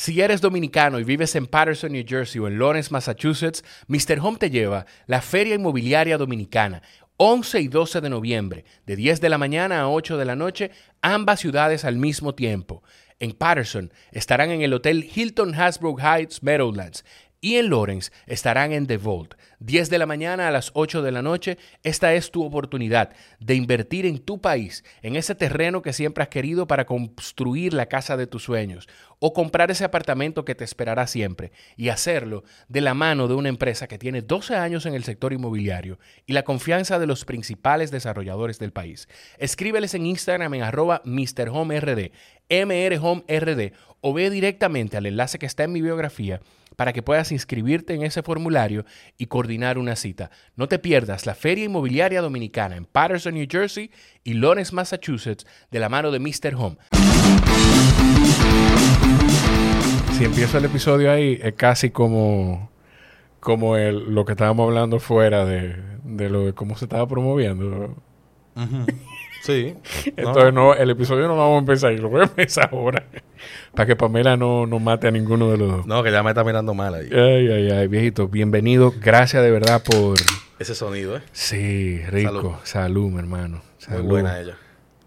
Si eres dominicano y vives en Paterson, New Jersey o en Lawrence, Massachusetts, Mr. Home te lleva la Feria Inmobiliaria Dominicana, 11 y 12 de noviembre, de 10 de la mañana a 8 de la noche, ambas ciudades al mismo tiempo. En Paterson estarán en el Hotel Hilton Hasbrook Heights, Meadowlands, y en Lawrence estarán en The Vault. 10 de la mañana a las 8 de la noche, esta es tu oportunidad de invertir en tu país, en ese terreno que siempre has querido para construir la casa de tus sueños, o comprar ese apartamento que te esperará siempre, y hacerlo de la mano de una empresa que tiene 12 años en el sector inmobiliario y la confianza de los principales desarrolladores del país. Escríbeles en Instagram en @MrHomeRD, MRHomeRD, o ve directamente al enlace que está en mi biografía para que puedas inscribirte en ese formulario y coordinar una cita. No te pierdas la Feria Inmobiliaria Dominicana en Paterson, New Jersey y Lawrence, Massachusetts, de la mano de Mr. Home. Si empiezo el episodio ahí, es casi como lo que estábamos hablando fuera de lo de cómo se estaba promoviendo. Uh-huh. Sí. Entonces, no, el episodio no lo vamos a empezar y lo voy a empezar ahora. Para que Pamela no mate a ninguno de los dos. No, que ya me está mirando mal ahí. Ay, viejito. Bienvenido. Gracias de verdad por... Ese sonido, ¿eh? Sí, rico. Salud mi hermano. Salud. Muy buena ella.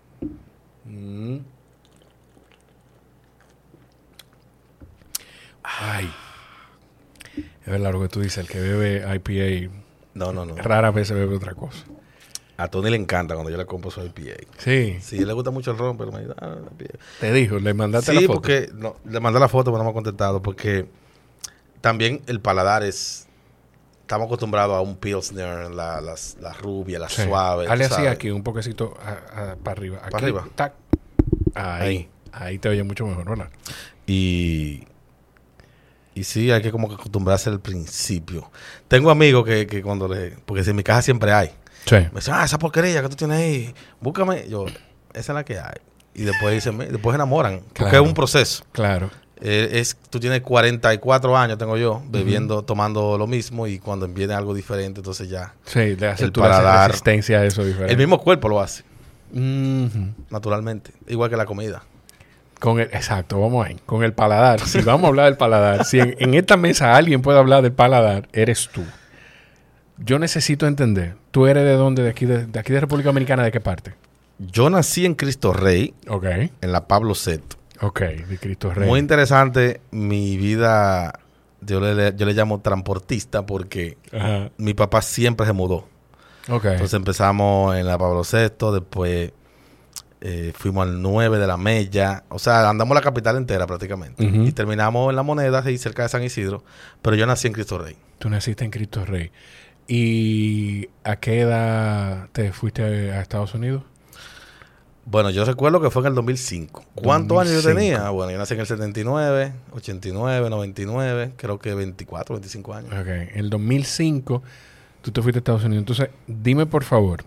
Ay. Es verdad lo que tú dices. El que bebe IPA... No. Rara vez se bebe otra cosa. A Tony le encanta cuando yo le compro su IPA. Sí. Sí, le gusta mucho el ron, pero me dice, Te dijo, le mandaste la sí, foto. porque le mandé la foto, pero no me ha contestado. Porque también el paladar es... Estamos acostumbrados a un Pilsner, la rubia, la suave. Dale así aquí, un poquecito para arriba. Aquí, ¿Para arriba? Tac. Ahí te oye mucho mejor, ¿verdad? Y sí, hay que como que acostumbrarse al principio. Tengo amigos que cuando porque si en mi casa siempre hay. Sí. Me dicen, esa porquería que tú tienes ahí, búscame. Yo, esa es la que hay. Y después se enamoran. Porque Claro. es un proceso. Claro. Tú tienes 44 años, tengo yo, bebiendo, tomando lo mismo. Y cuando viene algo diferente, entonces ya. Sí, le hace el tu paladar, resistencia a eso diferente. El mismo cuerpo lo hace. Uh-huh. Naturalmente. Igual que la comida. Exacto, vamos ahí. Con el paladar. Si vamos a hablar del paladar, si en esta mesa alguien puede hablar del paladar, eres tú. Yo necesito entender. ¿Tú eres de dónde? ¿De aquí de República Dominicana? ¿De qué parte? Yo nací en Cristo Rey. Ok. En la Pablo Seto. Ok, de Cristo Rey. Muy interesante mi vida. Yo le llamo transportista porque Ajá. mi papá siempre se mudó. Ok. Entonces empezamos en la Pablo VI, después fuimos al 9 de la Mella. O sea, andamos la capital entera prácticamente. Uh-huh. Y terminamos en La Moneda, ahí cerca de San Isidro. Pero yo nací en Cristo Rey. Tú naciste en Cristo Rey. ¿Y a qué edad te fuiste a Estados Unidos? Bueno, yo recuerdo que fue en el 2005. ¿Cuántos años yo 2005. tenía? Bueno, yo nací en el 79, 89, 99, creo que 24, 25 años. Ok. En el 2005 tú te fuiste a Estados Unidos. Entonces, dime por favor,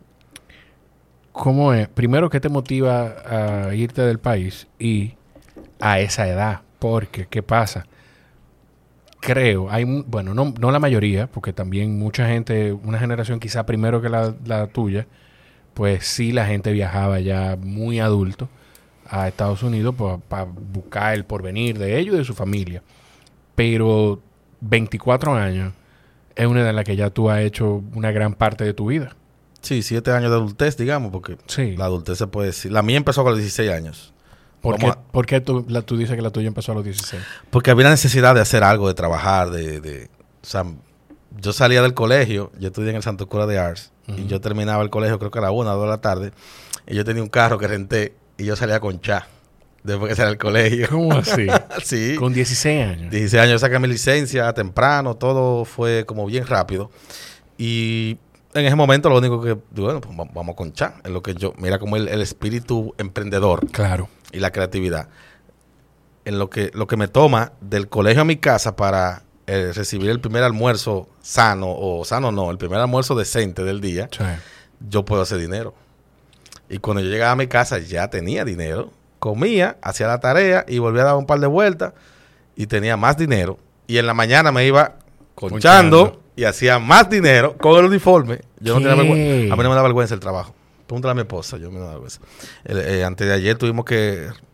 ¿cómo es? Primero, ¿qué te motiva a irte del país y a esa edad? Porque, ¿qué pasa? Creo, no la mayoría, porque también mucha gente, una generación quizá primero que la tuya, pues sí la gente viajaba ya muy adulto a Estados Unidos para buscar el porvenir de ellos y de su familia. Pero 24 años es una edad en la que ya tú has hecho una gran parte de tu vida. Sí, 7 años de adultez, digamos, porque Sí. la adultez se puede decir. La mía empezó con los 16 años. ¿Por qué tú dices que la tuya empezó a los 16? Porque había la necesidad de hacer algo, de trabajar, o sea, yo salía del colegio, yo estudié en el Santo Cura de Arts, y yo terminaba el colegio creo que a la 1 o 2 de la tarde, y yo tenía un carro que renté, y yo salía con cha, después que salía del colegio. ¿Cómo así? Sí. Con 16 años. 16 años, saqué mi licencia temprano, todo fue como bien rápido, y en ese momento lo único que, bueno, pues vamos con cha, es lo que mira como el espíritu emprendedor. Claro. Y la creatividad. En lo que me toma del colegio a mi casa para recibir el primer almuerzo el primer almuerzo decente del día, Sí. yo puedo hacer dinero. Y cuando yo llegaba a mi casa ya tenía dinero, comía, hacía la tarea y volvía a dar un par de vueltas y tenía más dinero. Y en la mañana me iba conchando y hacía más dinero con el uniforme. Yo no tenía vergüenza. A mí no me da vergüenza el trabajo. Pregúntale a mi esposa, yo me da vergüenza. Antes de ayer tuvimos que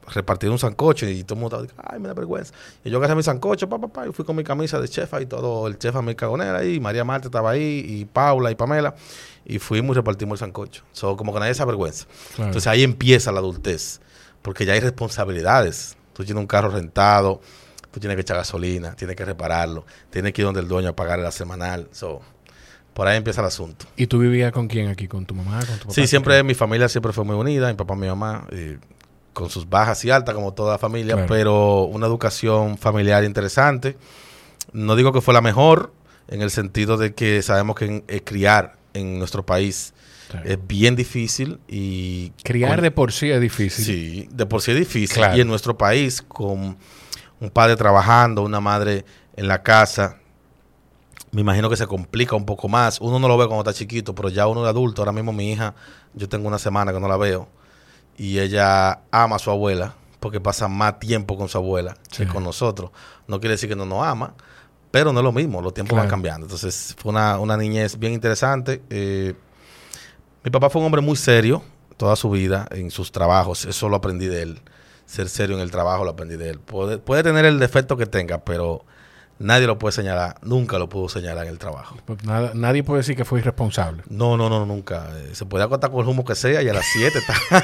repartir un sancocho y todo el mundo estaba, ay, me da vergüenza. Y yo agarré mi sancocho, y fui con mi camisa de chef y todo, el chef Amir Cagonera ahí, María Marta estaba ahí, y Paula y Pamela, y fuimos y repartimos el sancocho. Como que nadie se avergüenza. Claro. Entonces ahí empieza la adultez, porque ya hay responsabilidades. Tú tienes un carro rentado, tú tienes que echar gasolina, tienes que repararlo, tienes que ir donde el dueño a pagarle la semanal. Por ahí empieza el asunto. ¿Y tú vivías con quién aquí? ¿Con tu mamá? ¿Con tu papá? Sí, siempre mi familia siempre fue muy unida, mi papá, mi mamá, con sus bajas y altas como toda la familia, claro. Pero una educación familiar interesante. No digo que fue la mejor, en el sentido de que sabemos que criar en nuestro país es bien difícil. Y criar de por sí es difícil. Sí, de por sí es difícil. Claro. Y en nuestro país, con un padre trabajando, una madre en la casa, me imagino que se complica un poco más. Uno no lo ve cuando está chiquito, pero ya uno de adulto, ahora mismo mi hija, yo tengo una semana que no la veo, y ella ama a su abuela, porque pasa más tiempo con su abuela que con nosotros. No quiere decir que no nos ama, pero no es lo mismo, los tiempos van cambiando. Entonces fue una niñez bien interesante. Mi papá fue un hombre muy serio toda su vida en sus trabajos, eso lo aprendí de él. Ser serio en el trabajo lo aprendí de él. Puede tener el defecto que tenga, pero nadie lo puede señalar, nunca lo pudo señalar en el trabajo. Pues nadie puede decir que fue irresponsable. No, nunca. Se podía acostar con el humo que sea y a las 7 estaba...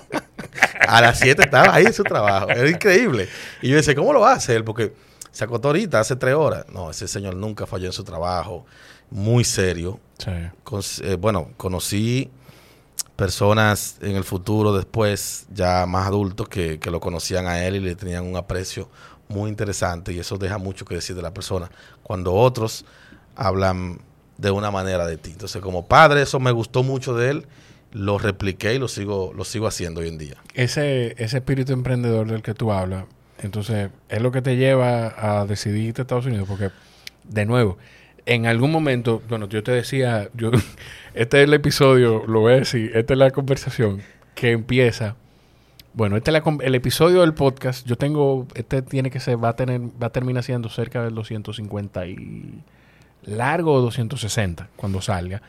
a las 7 estaba ahí en su trabajo. Era increíble. Y yo decía, ¿cómo lo hace él? Porque se acostó ahorita, hace 3 horas. No, ese señor nunca falló en su trabajo. Muy serio. Sí. Conocí personas en el futuro después, ya más adultos, que lo conocían a él y le tenían un aprecio muy interesante, y eso deja mucho que decir de la persona cuando otros hablan de una manera de ti. Entonces, como padre, eso me gustó mucho de él, lo repliqué y lo sigo haciendo hoy en día. Ese espíritu emprendedor del que tú hablas, entonces, es lo que te lleva a decidir irte a Estados Unidos, porque, de nuevo, en algún momento, bueno, yo te decía, este es el episodio, lo voy a decir, esta es la conversación que empieza. Bueno, este es el episodio del podcast. Yo tengo, va a terminar siendo cerca del 250 y largo o 260 cuando salga.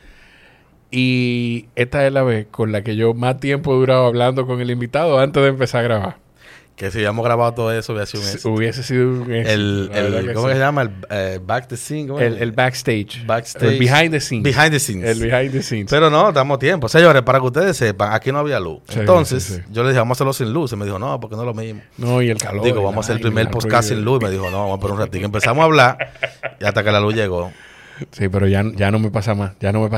Y esta es la vez con la que yo más tiempo he durado hablando con el invitado antes de empezar a grabar. Que si hubiéramos grabado todo eso, hubiese sido un éxito. ¿Cómo se llama? El back the scene. El backstage. El behind the scenes. Behind the scenes. El behind the scenes. Pero no, damos tiempo. Señores, para que ustedes sepan, aquí no había luz. Sí, entonces, yo le dije, vamos a hacerlo sin luz. Y me dijo, no, porque no es lo mismo. No, y el calor. Digo, vamos a hacer el primer podcast sin luz. Y me dijo, no, vamos a poner un ratito. Empezamos a hablar y hasta que la luz llegó. Sí, pero ya no me pasa más.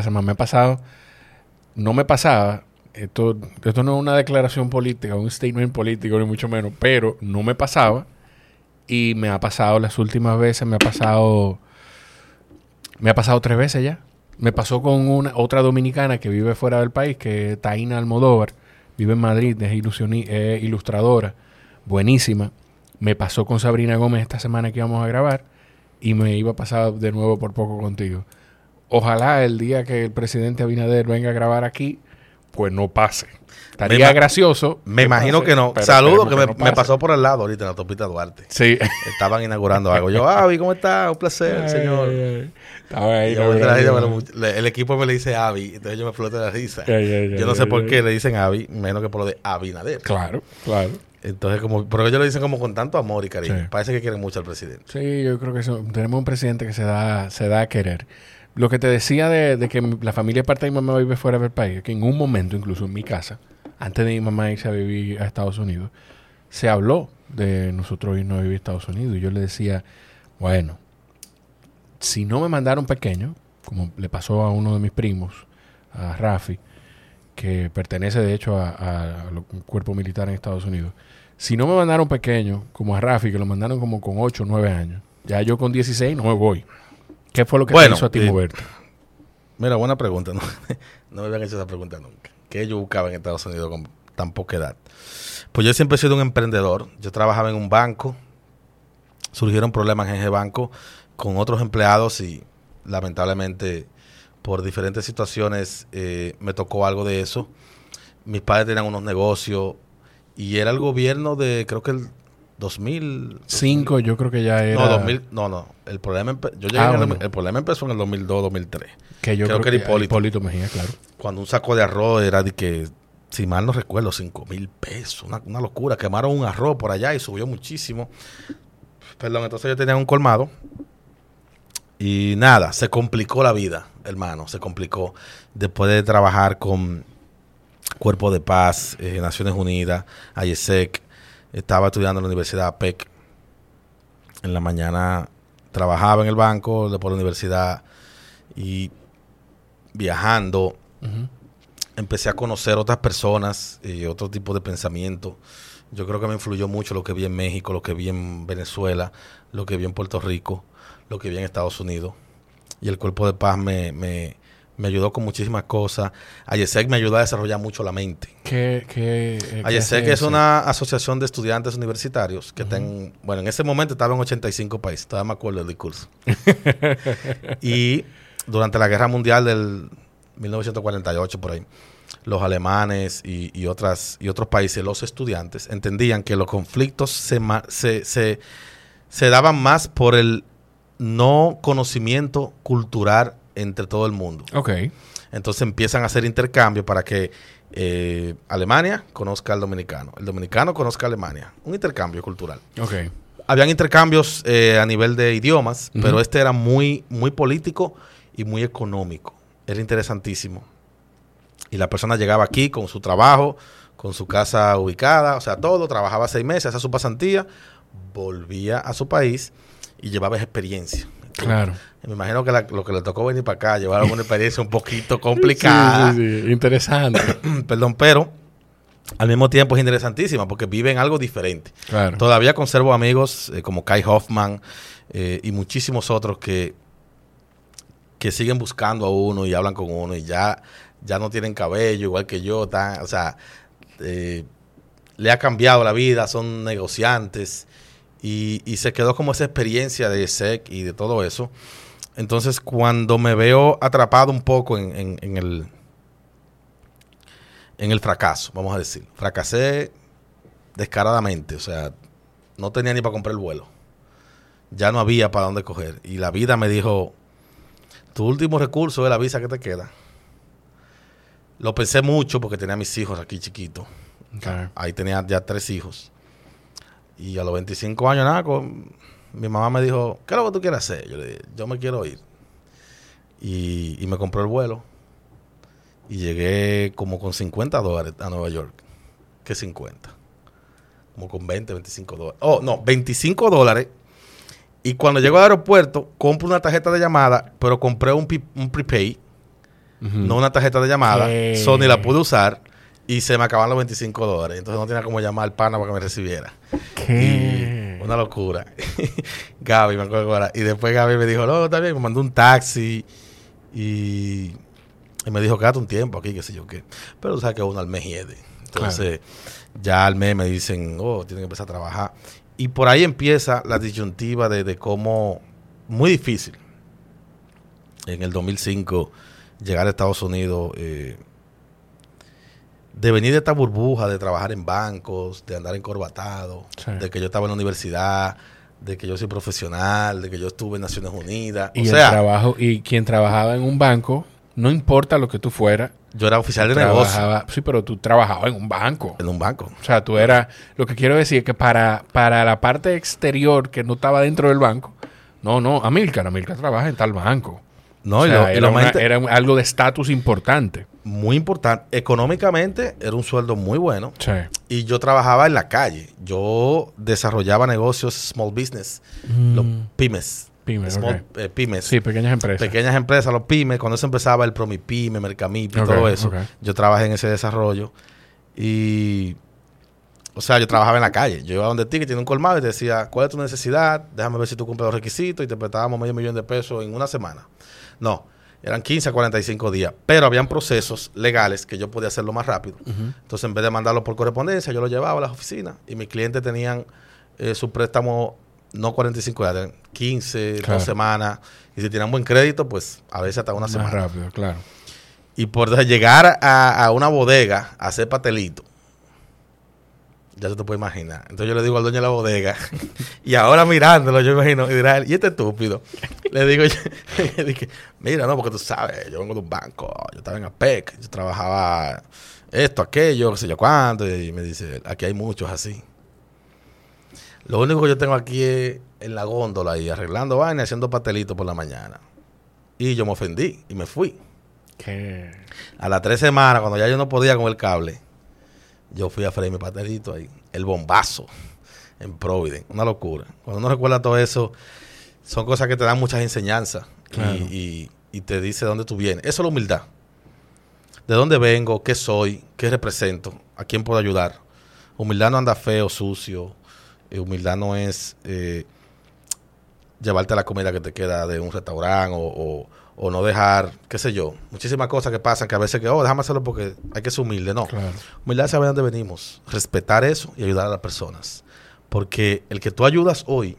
No me pasaba. Esto no es una declaración política, un statement político, ni mucho menos, pero no me pasaba, y me ha pasado las últimas veces, me ha pasado 3 veces ya. Me pasó con otra dominicana que vive fuera del país, que es Taina Almodóvar, vive en Madrid, es ilustradora, buenísima. Me pasó con Sabrina Gómez esta semana que íbamos a grabar, y me iba a pasar de nuevo por poco contigo. Ojalá el día que el presidente Abinader venga a grabar aquí, pues no pase. Estaría gracioso. Me imagino que no. Saludos, que me pasó por el lado ahorita en la autopista Duarte. Sí. Estaban inaugurando algo. Yo, Avi, ¿cómo está? Un placer, señor. Estaba ahí. El equipo me le dice Avi, entonces yo me floto de la risa. Yo no sé por qué le dicen Avi, menos que por lo de Abinader. Claro. Entonces, pero ellos lo dicen como con tanto amor y cariño. Sí. Parece que quieren mucho al presidente. Sí, yo creo que tenemos un presidente que se da a querer. Lo que te decía de que la familia parte de mi mamá vive fuera del país, que en un momento, incluso en mi casa, antes de mi mamá irse a vivir a Estados Unidos, se habló de nosotros irnos a vivir a Estados Unidos. Y yo le decía, bueno, si no me mandaron pequeño, como le pasó a uno de mis primos, a Rafi, que pertenece de hecho al cuerpo militar en Estados Unidos, si no me mandaron pequeño, como a Rafi, que lo mandaron como con 8 o 9 años, ya yo con 16 no me voy. ¿Qué fue lo que te hizo a ti moverte? Mira, buena pregunta. No me habían hecho esa pregunta nunca. ¿Qué yo buscaba en Estados Unidos con tan poca edad? Pues yo siempre he sido un emprendedor. Yo trabajaba en un banco. Surgieron problemas en ese banco con otros empleados y lamentablemente por diferentes situaciones me tocó algo de eso. Mis padres tenían unos negocios y era el gobierno de, creo que el 2005, yo creo que ya era. No, 2000, no. El problema el problema empezó en el 2002, 2003. Que yo creo que era Hipólito Mejía, claro. Cuando un saco de arroz era de que si mal no recuerdo, 5,000 pesos. Una locura. Quemaron un arroz por allá y subió muchísimo. Perdón, entonces yo tenía un colmado. Y nada, se complicó la vida, hermano. Se complicó. Después de trabajar con Cuerpo de Paz, Naciones Unidas, AIESEC, estaba estudiando en la Universidad APEC. En la mañana trabajaba en el banco, después de la universidad y viajando. Empecé a conocer otras personas y otro tipo de pensamiento. Yo creo que me influyó mucho lo que vi en México, lo que vi en Venezuela, lo que vi en Puerto Rico, lo que vi en Estados Unidos. Y el Cuerpo de Paz me ayudó con muchísimas cosas. AIESEC me ayudó a desarrollar mucho la mente. AIESEC es una asociación de estudiantes universitarios que en ese momento estaba en 85 países. Todavía me acuerdo del discurso. Y durante la Guerra Mundial del 1948, por ahí, los alemanes y otros países, los estudiantes, entendían que los conflictos se daban más por el no conocimiento cultural entre todo el mundo. Okay. Entonces empiezan a hacer intercambios para que Alemania conozca al dominicano, el dominicano conozca a Alemania. Un intercambio cultural. Okay. Habían intercambios a nivel de idiomas, pero este era muy, muy político y muy económico. Era interesantísimo. Y la persona llegaba aquí con su trabajo, con su casa ubicada, o sea, todo, trabajaba 6 meses, hacía su pasantía, volvía a su país y llevaba esa experiencia. Claro. Me imagino que lo que le tocó venir para acá, llevar alguna experiencia un poquito complicada. Sí, interesante. Perdón, pero al mismo tiempo es interesantísima porque viven algo diferente. Claro. Todavía conservo amigos como Kai Hoffman y muchísimos otros que siguen buscando a uno y hablan con uno y ya no tienen cabello, igual que yo. Le ha cambiado la vida, son negociantes. Y se quedó como esa experiencia de SEC y de todo eso. Entonces, cuando me veo atrapado un poco en el fracaso, vamos a decir. Fracasé descaradamente. O sea, no tenía ni para comprar el vuelo. Ya no había para dónde coger. Y la vida me dijo, tu último recurso es la visa que te queda. Lo pensé mucho porque tenía mis hijos aquí chiquitos. Okay. Ahí tenía ya 3 hijos. Y a los 25 años, mi mamá me dijo, ¿qué es lo que tú quieres hacer? Yo le dije, yo me quiero ir. Y me compró el vuelo. Y llegué como con $50 a Nueva York. ¿Qué 50? Como con 20, $25. Oh, no, $25. Y cuando llego al aeropuerto, compro una tarjeta de llamada, pero compré un prepaid, no una tarjeta de llamada. Sony la pude usar. Y se me acaban los $25. Entonces no tenía como llamar al pana para que me recibiera. ¿Qué? Y una locura. Gaby, me acuerdo ahora. Y después Gaby me dijo, no, está bien. Me mandó un taxi. Y me dijo, quédate un tiempo aquí, qué sé yo qué. Pero tú sabes que uno al mes hiede. Entonces, ya al mes me dicen, tienen que empezar a trabajar. Y por ahí empieza la disyuntiva de cómo, muy difícil, en el 2005, llegar a Estados Unidos, de venir de esta burbuja, de trabajar en bancos, de andar encorbatado, de que yo estaba en la universidad, de que yo soy profesional, de que yo estuve en Naciones Unidas. Y quien trabajaba en un banco, no importa lo que tú fueras. Yo era oficial de negocio. Sí, pero tú trabajabas en un banco. En un banco. O sea, tú eras... Lo que quiero decir es que para la parte exterior que no estaba dentro del banco, Amílcar trabaja en tal banco. No, o sea, era algo de estatus importante. Muy importante. Económicamente era un sueldo muy bueno. Sí. Y yo trabajaba en la calle. Yo desarrollaba negocios, small business, los pymes. Pymes. Sí, pequeñas empresas. Pequeñas empresas, los pymes. Cuando se empezaba el Promipyme, Mercamip y todo eso. Yo trabajé en ese desarrollo. Y... O sea, yo trabajaba en la calle. Yo iba donde ti, que tiene un colmado, y te decía, ¿cuál es tu necesidad? Déjame ver si tú cumples los requisitos. Y te prestábamos $500,000 en una semana. No, eran 15 a 45 días. Pero habían procesos legales que yo podía hacerlo más rápido. Entonces, en vez de mandarlo por correspondencia, yo lo llevaba a las oficinas. Y mis clientes tenían su préstamo, no 45 días, eran 15, 2 semanas. Y si tenían buen crédito, pues a veces hasta una semana. Más rápido, claro. Y por llegar a una bodega a hacer pastelito, ya se te puede imaginar. Entonces yo le digo al dueño de la bodega, y ahora mirándolo, yo imagino, y dirá él, ¿y este estúpido? Le digo yo, mira, no, porque tú sabes, yo vengo de un banco, yo estaba en APEC, yo trabajaba esto, aquello, qué sé yo cuánto. Y me dice, aquí hay muchos así. Lo único que yo tengo aquí es en la góndola ahí, arreglando vainas y haciendo pastelitos por la mañana. Y yo me ofendí y me fui. ¿Qué? A las 3 semanas, cuando ya yo no podía con el cable, yo fui a freír mi pastelito ahí. El bombazo en Providence. Una locura. Cuando uno recuerda todo eso, son cosas que te dan muchas enseñanzas. Claro. Y te dice de dónde tú vienes. Eso es la humildad. De dónde vengo, qué soy, qué represento, a quién puedo ayudar. Humildad no anda feo, sucio. Humildad no es llevarte la comida que te queda de un restaurante o no dejar, qué sé yo, muchísimas cosas que pasan que a veces déjame hacerlo porque hay que ser humilde. No, Claro. humildad es saber dónde venimos, respetar eso y ayudar a las personas. Porque el que tú ayudas hoy,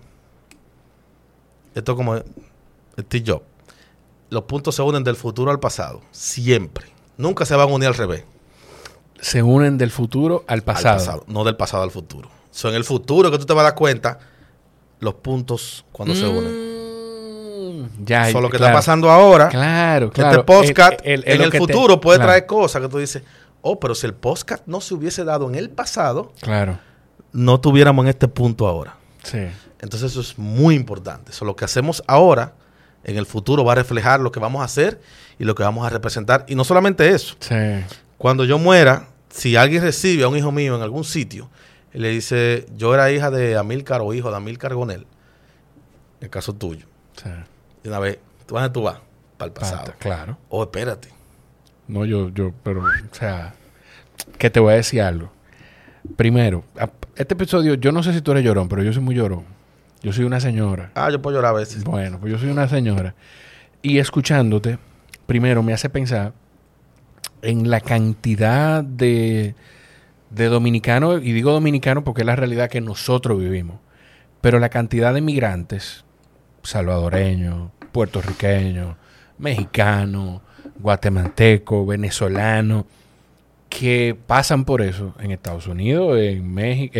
esto es como Steve Jobs, los puntos se unen del futuro al pasado, siempre. Nunca se van a unir al revés. Se unen del futuro al pasado. Al pasado, no del pasado al futuro. En el futuro que tú te vas a dar cuenta los puntos cuando se unen. Ya, Eso es lo que claro. está pasando ahora. Claro, Que claro. este podcast en en lo el que futuro puede claro. traer cosas que tú dices, pero si el podcast no se hubiese dado en el pasado, Claro. no tuviéramos en este punto ahora. Sí. Entonces eso es muy importante. Eso lo que hacemos ahora, en el futuro va a reflejar lo que vamos a hacer y lo que vamos a representar. Y no solamente eso. Sí. Cuando yo muera, si alguien recibe a un hijo mío en algún sitio y le dice, yo era hija de Amílcar o hijo de Amílcar Gonel, en el caso tuyo, Sí. de una vez, ¿dónde tú vas? Para el pasado. Claro. Espérate. No, pero, o sea, que te voy a decir algo. Primero, este episodio, yo no sé si tú eres llorón, pero yo soy muy llorón. Yo soy una señora. Yo puedo llorar a veces. Bueno, pues yo soy una señora. Y escuchándote, primero me hace pensar en la cantidad de dominicanos, y digo dominicanos porque es la realidad que nosotros vivimos, pero la cantidad de migrantes, salvadoreños, puertorriqueños, mexicanos, guatemaltecos, venezolanos, que pasan por eso en Estados Unidos, en México,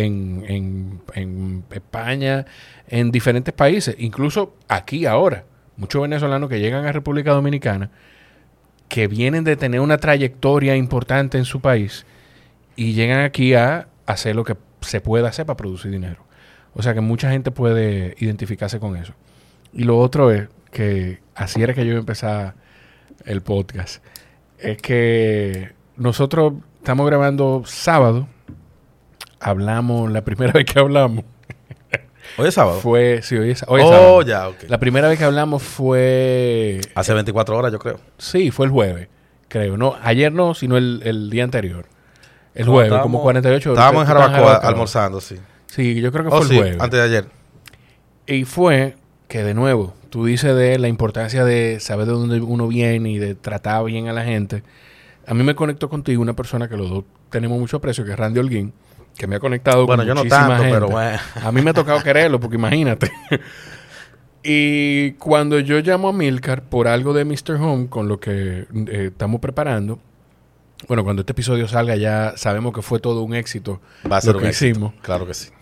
en España, en diferentes países, incluso aquí ahora. Muchos venezolanos que llegan a República Dominicana, que vienen de tener una trayectoria importante en su país y llegan aquí a hacer lo que se puede hacer para producir dinero. O sea que mucha gente puede identificarse con eso. Y lo otro es que así era que yo iba a empezar el podcast. Es que nosotros estamos grabando sábado. Hablamos, la primera vez que hablamos ¿Hoy es sábado? fue... Sí, hoy es sábado. Ya, ok. La primera vez que hablamos fue... Hace 24 horas, yo creo. Sí, fue el jueves, creo. No, ayer no, sino el día anterior. El No, jueves, como 48 horas. Estábamos en Tú estabas Jarabacoa almorzando, sí. Sí, yo creo que fue el Sí, jueves. antes de ayer. Y fue que, de nuevo, tú dices de la importancia de saber de dónde uno viene y de tratar bien a la gente. A mí me conectó contigo una persona que los dos tenemos mucho aprecio, que es Randy Holguín, que me ha conectado Bueno, con yo no muchísima tanto, gente. pero bueno. A mí me ha tocado quererlo, porque imagínate. Y cuando yo llamo a Milcar por algo de Mr. Home, con lo que estamos preparando, bueno, cuando este episodio salga ya sabemos que fue todo un éxito Va a ser lo un que éxito. hicimos. Claro que sí.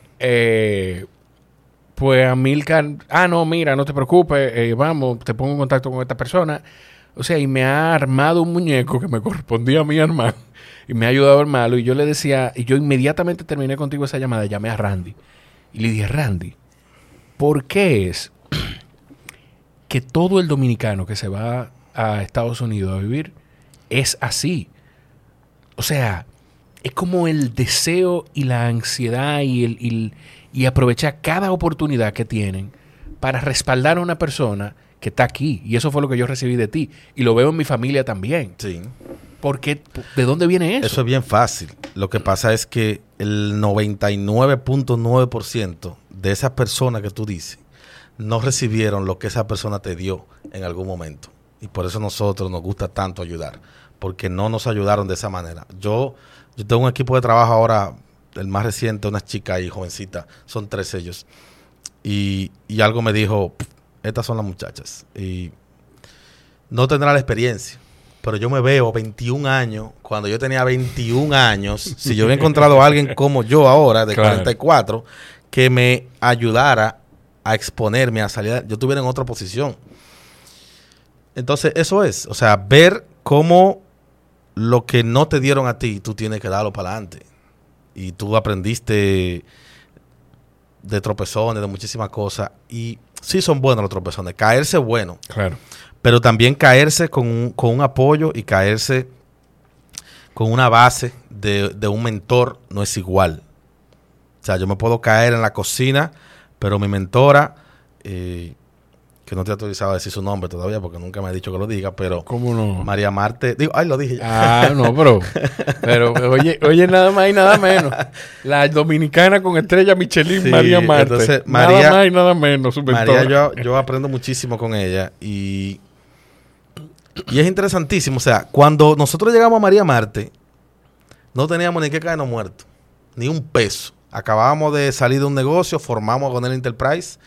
Pues a Milcar, no, mira, no te preocupes, vamos, te pongo en contacto con esta persona. O sea, y me ha armado un muñeco que me correspondía a mi hermano y me ha ayudado a armarlo. Y yo le decía, y yo inmediatamente terminé contigo esa llamada, llamé a Randy. Y le dije, Randy, ¿por qué es que todo el dominicano que se va a Estados Unidos a vivir es así? O sea, es como el deseo y la ansiedad y aprovechar cada oportunidad que tienen para respaldar a una persona que está aquí. Y eso fue lo que yo recibí de ti. Y lo veo en mi familia también. Sí. ¿Por qué? ¿De dónde viene eso? Eso es bien fácil. Lo que pasa es que el 99.9% de esas personas que tú dices no recibieron lo que esa persona te dio en algún momento. Y por eso a nosotros nos gusta tanto ayudar. Porque no nos ayudaron de esa manera. Yo tengo un equipo de trabajo ahora, el más reciente, una chica ahí, jovencita. Son 3 ellos. Y algo me dijo, estas son las muchachas. Y no tendrá la experiencia. Pero yo me veo 21 años, cuando yo tenía 21 años, si yo hubiera encontrado a alguien como yo ahora, de Claro. 44, que me ayudara a exponerme, a salir, yo estuviera en otra posición. Entonces, eso es. O sea, ver cómo lo que no te dieron a ti, tú tienes que darlo para adelante. Y tú aprendiste de tropezones, de muchísimas cosas. Y sí son buenos los tropezones. Caerse es bueno. Claro. Pero también caerse con un apoyo y caerse con una base de un mentor no es igual. O sea, yo me puedo caer en la cocina, pero mi mentora, que no te he autorizado a decir su nombre todavía porque nunca me ha dicho que lo diga, pero ¿Cómo no? María Marte, digo, ay, lo dije ya. Ah, no, pero oye, nada más y nada menos. La dominicana con estrella Michelin, Sí, María Marte. entonces, nada María- más y nada menos, su mentora. María, yo aprendo muchísimo con ella y es interesantísimo. O sea, cuando nosotros llegamos a María Marte, no teníamos ni que caernos muertos, ni un peso. Acabábamos de salir de un negocio, formamos con el Enterprise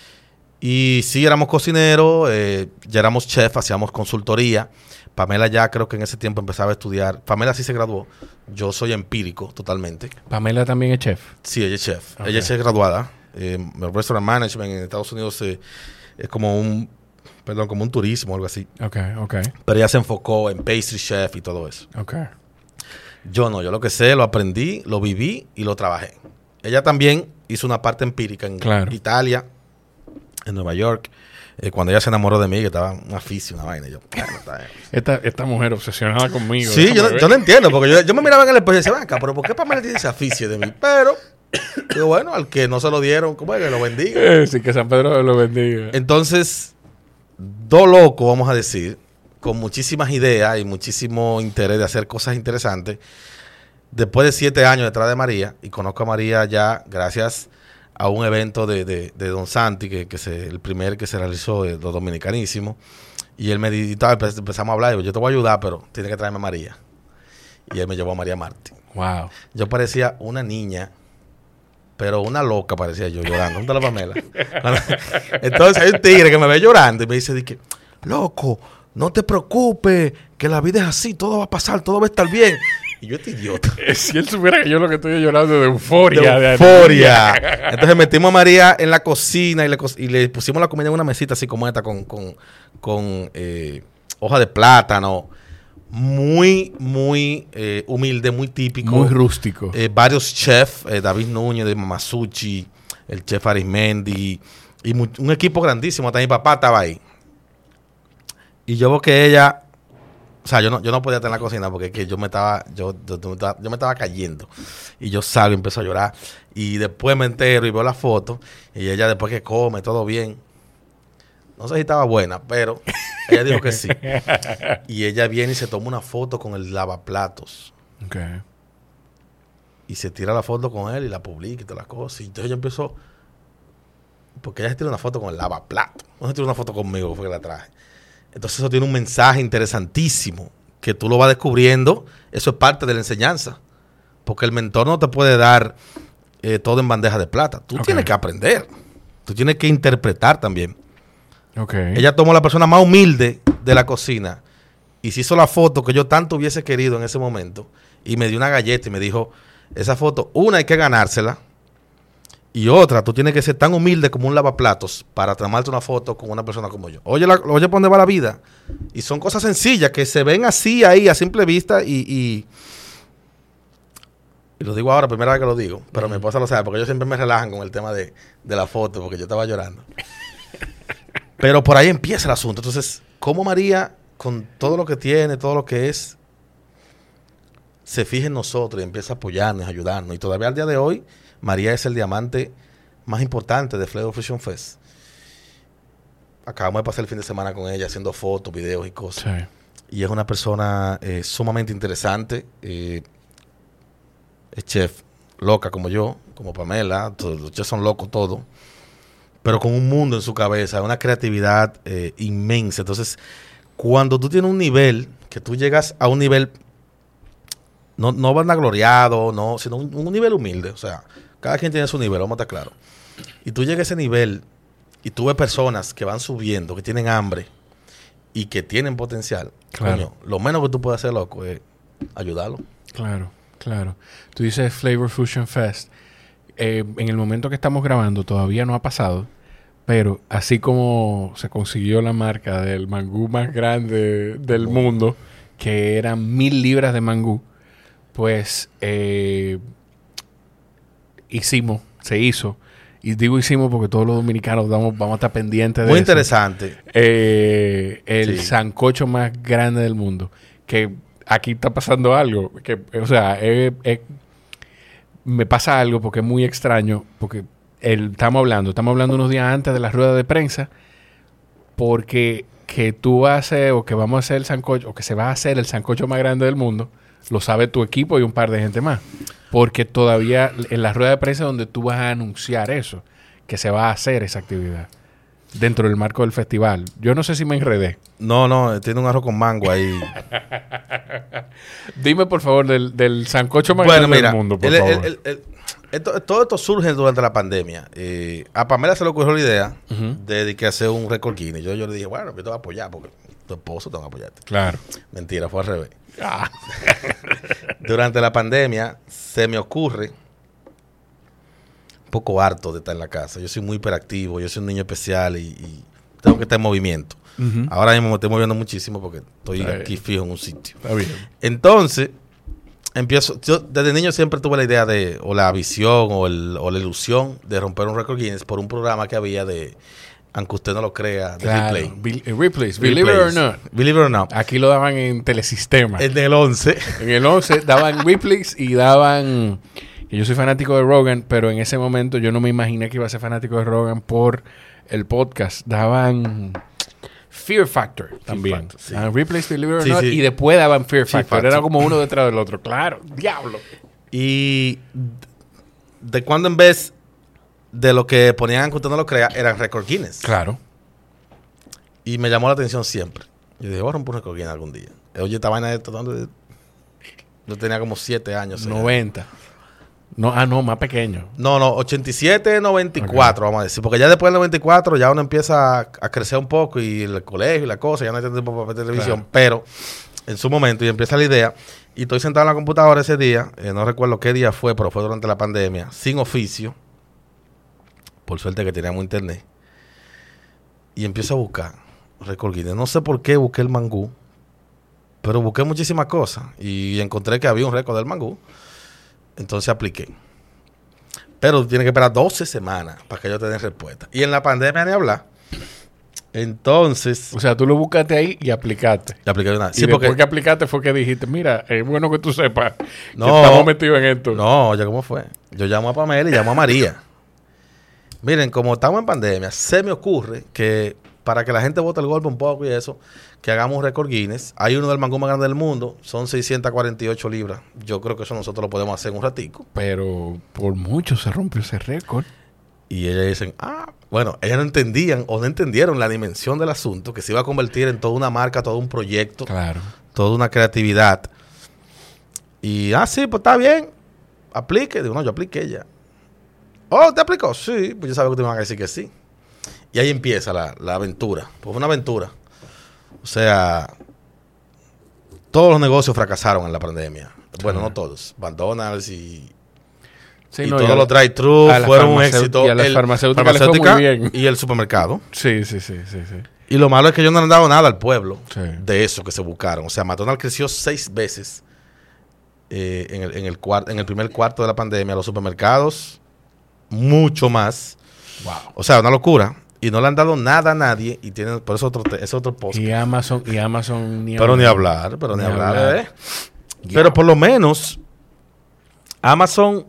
y sí éramos cocineros, ya éramos chef, hacíamos consultoría. Pamela ya creo que en ese tiempo empezaba a estudiar. Pamela sí se graduó. Yo soy empírico totalmente. Pamela también es chef. Sí, ella es chef. Ok. Ella es chef graduada. Restaurant Management en Estados Unidos es como como un turismo o algo así. Ok. Pero ella se enfocó en pastry chef y todo eso. Ok. Yo no, yo lo que sé, lo aprendí, lo viví y lo trabajé. Ella también hizo una parte empírica en Claro. Italia, en Nueva York. Cuando ella se enamoró de mí, que estaba un aficio, una vaina. Y yo, bueno, está bien. Esta mujer obsesionada conmigo. Sí, déjame ver. yo no entiendo, porque yo me miraba en el espejo y decía, acá, pero ¿por qué Pamela tiene ese aficio de mí? Pero, digo, bueno, al que no se lo dieron, ¿cómo es que lo bendiga? Sí, que San Pedro lo bendiga. Entonces, dos locos, vamos a decir, con muchísimas ideas y muchísimo interés de hacer cosas interesantes. Después de 7 años detrás de María, y conozco a María ya gracias a un evento de Don Santi, el primer que se realizó de los dominicanísimos, y él me dijo, empezamos a hablar, y yo te voy a ayudar, pero tienes que traerme a María. Y él me llevó a María Martín. Wow. Yo parecía una niña, pero una loca parecía yo llorando. ¿Dónde está la Pamela? Entonces hay un tigre que me ve llorando y me dice, loco, no te preocupes, que la vida es así, todo va a pasar, todo va a estar bien. Y yo, este idiota. Si él supiera que yo lo que estoy llorando de euforia. De euforia. Entonces metimos a María en la cocina y le pusimos la comida en una mesita así como esta con hoja de plátano. Muy humilde, muy típico. Muy rústico. Varios chefs, David Núñez de Mamasuchi, el chef Arismendi y un equipo grandísimo. Hasta mi papá estaba ahí. Y yo veo que ella, o sea, yo no podía estar en la cocina porque es que yo me estaba cayendo. Y yo salgo y empiezo a llorar. Y después me entero y veo la foto. Y ella después que come, todo bien. No sé si estaba buena, pero ella dijo que sí. Y ella viene y se toma una foto con el lavaplatos. Ok. Y se tira la foto con él y la publica y todas las cosas. Y entonces yo empiezo, porque ella se tira una foto con el lavaplatos. No se tira una foto conmigo, fue que la traje. Entonces eso tiene un mensaje interesantísimo que tú lo vas descubriendo. Eso es parte de la enseñanza. Porque el mentor no te puede dar todo en bandeja de plata. Tú tienes que aprender. Tú tienes que interpretar también. Okay. Ella tomó la persona más humilde de la cocina y se hizo la foto que yo tanto hubiese querido en ese momento y me dio una galleta y me dijo, esa foto, una hay que ganársela y otra, tú tienes que ser tan humilde como un lavaplatos para tomarte una foto con una persona como yo. Oye, por dónde va la vida. Y son cosas sencillas que se ven así ahí a simple vista y lo digo ahora, primera vez que lo digo, pero mi esposa lo sabe porque ellos siempre me relajan con el tema de la foto porque yo estaba llorando. Pero por ahí empieza el asunto. Entonces, ¿cómo María, con todo lo que tiene, todo lo que es, se fija en nosotros y empieza a apoyarnos, a ayudarnos? Y todavía al día de hoy, María es el diamante más importante de Flavor Fusion Fest. Acabamos de pasar el fin de semana con ella haciendo fotos, videos y cosas. Sí. Y es una persona sumamente interesante. Es chef, loca como yo, como Pamela. Los chefs son locos todos. Pero con un mundo en su cabeza, una creatividad inmensa. Entonces, cuando tú tienes un nivel, que tú llegas a un nivel, no vanagloriado, no, sino un nivel humilde. O sea, cada quien tiene su nivel, vamos a estar claros. Y tú llegas a ese nivel y tú ves personas que van subiendo, que tienen hambre y que tienen potencial. Claro. Coño, lo menos que tú puedes hacer, loco, es ayudarlo. Claro. Tú dices Flavor Fusion Fest. En el momento que estamos grabando todavía no ha pasado, pero así como se consiguió la marca del mangú más grande del mundo, que eran 1,000 libras de mangú, pues se hizo. Y digo hicimos porque todos los dominicanos vamos a estar pendientes de Muy eso. interesante. El sancocho más grande del mundo. Que aquí está pasando algo. Que, o sea, me pasa algo porque es muy extraño. Porque estamos hablando unos días antes de la rueda de prensa. Porque que tú vas a hacer o que vamos a hacer el sancocho o que se va a hacer el sancocho más grande del mundo, lo sabe tu equipo y un par de gente más. Porque todavía en la rueda de prensa donde tú vas a anunciar eso, que se va a hacer esa actividad dentro del marco del festival. Yo no sé si me enredé. No, tiene un arroz con mango ahí. Dime, por favor, del sancocho más grande del mundo, por favor. Todo esto surge durante la pandemia. A Pamela se le ocurrió la idea de que hacer un récord Guinness. Yo le dije, bueno, yo te voy a apoyar porque tu esposo te va a apoyarte. Claro. Mentira, fue al revés. Durante la pandemia se me ocurre, un poco harto de estar en la casa. Yo soy muy hiperactivo, yo soy un niño especial y tengo que estar en movimiento. Ahora mismo me estoy moviendo muchísimo porque estoy aquí fijo en un sitio. Está bien. Entonces, yo desde niño siempre tuve la idea o la visión o la ilusión de romper un récord Guinness por un programa que había de, aunque usted no lo crea, de Replay. Replays, Believe It or Not. Believe It or Not. Aquí lo daban en Telesistema. En el 11. En el 11 daban replays y daban... Yo soy fanático de Rogan, pero en ese momento yo no me imaginé que iba a ser fanático de Rogan por el podcast. Daban Fear Factor también. Factor, sí. Replays, Believe It or Sí, Not, sí. y después daban Fear Factor. Factor. Era como uno detrás del otro. Claro, diablo. Y de cuando en vez de lo que ponían, aunque usted no lo crea, eran récord Guinness. Claro. Y me llamó la atención siempre. Yo dije, voy a romper un récord Guinness algún día. Oye, esta vaina de esto, ¿dónde? Yo tenía como 7 años. 90. No, más pequeño. No, 87, 94, vamos a decir. Porque ya después del 94 ya uno empieza a crecer un poco y el colegio y la cosa, ya no hay tanto tiempo para ver televisión. Claro. Pero en su momento y empieza la idea. Y estoy sentado en la computadora ese día, no recuerdo qué día fue, pero fue durante la pandemia, sin oficio. Por suerte que teníamos internet. Y empiezo a buscar récord Guinness. No sé por qué busqué el mangú, pero busqué muchísimas cosas y encontré que había un récord del mangú. Entonces apliqué. Pero tiene que esperar 12 semanas para que yo te den respuesta. Y en la pandemia ni hablar. Entonces... O sea, tú lo buscaste ahí y aplicaste. Y apliqué de una. Sí, porque que aplicaste fue que dijiste, mira, es bueno que tú sepas que no, estamos metidos en esto. No, oye, ¿cómo fue? Yo llamo a Pamela y llamo a María. Miren, como estamos en pandemia, se me ocurre que para que la gente bote el golpe un poco y eso, que hagamos un récord Guinness. Hay uno del mangú más grande del mundo, son 648 libras. Yo creo que eso nosotros lo podemos hacer en un ratico. Pero por mucho se rompió ese récord. Y ellas dicen, bueno, ellas no entendían o no entendieron la dimensión del asunto, que se iba a convertir en toda una marca, todo un proyecto, claro, toda una creatividad. Y, sí, pues está bien, aplique. Digo, no, yo apliqué ya. Oh, ¿te aplicó? Sí, pues yo sabía que te iban a decir que sí. Y ahí empieza la aventura. Pues fue una aventura. O sea, todos los negocios fracasaron en la pandemia. Bueno, no todos. McDonald's y todos los drive-thru fueron un éxito. Y a las farmacéuticas les fue muy bien. Y el supermercado. Sí. Y lo malo es que ellos no han dado nada al pueblo de eso que se buscaron. O sea, McDonald's creció 6 veces en el primer cuarto de la pandemia. Los supermercados, mucho más. Wow. O sea, una locura. Y no le han dado nada a nadie. Y tienen, por eso es otro post. Y Amazon ni hablar. Pero por lo menos Amazon,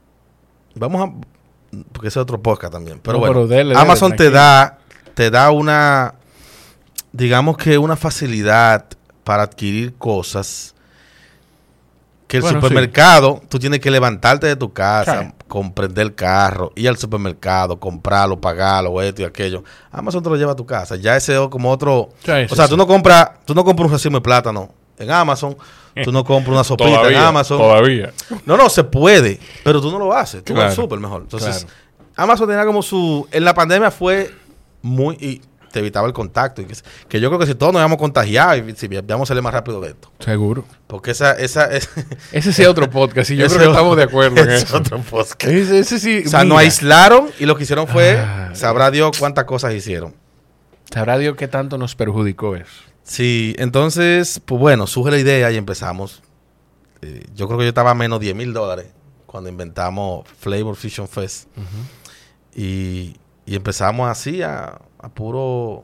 porque ese es otro podcast también. Pero bueno, Amazon te da una, digamos que una facilidad para adquirir cosas que el supermercado, tú tienes que levantarte de tu casa, comprender el carro, ir al supermercado, comprarlo, pagarlo, esto y aquello. Amazon te lo lleva a tu casa. Ya ese es como otro... tú no compras un racimo de plátano en Amazon, tú no compras una sopita en Amazon. Todavía. No, se puede, pero tú no lo haces. Tú vas al súper mejor. Entonces, Amazon tenía como en la pandemia fue muy... Y te evitaba el contacto. Que yo creo que si todos nos habíamos contagiado y si vamos a salir más rápido de esto. Seguro. Porque ese sí es otro podcast y yo creo que estamos de acuerdo en eso. Otro podcast. Ese sí. O sea, nos aislaron y lo que hicieron fue, sabrá Dios cuántas cosas hicieron. Sabrá Dios qué tanto nos perjudicó eso. Sí, entonces, pues bueno, surge la idea y empezamos. Yo creo que yo estaba a menos $10,000 cuando inventamos Flavor Fusion Fest. Y empezamos así a puro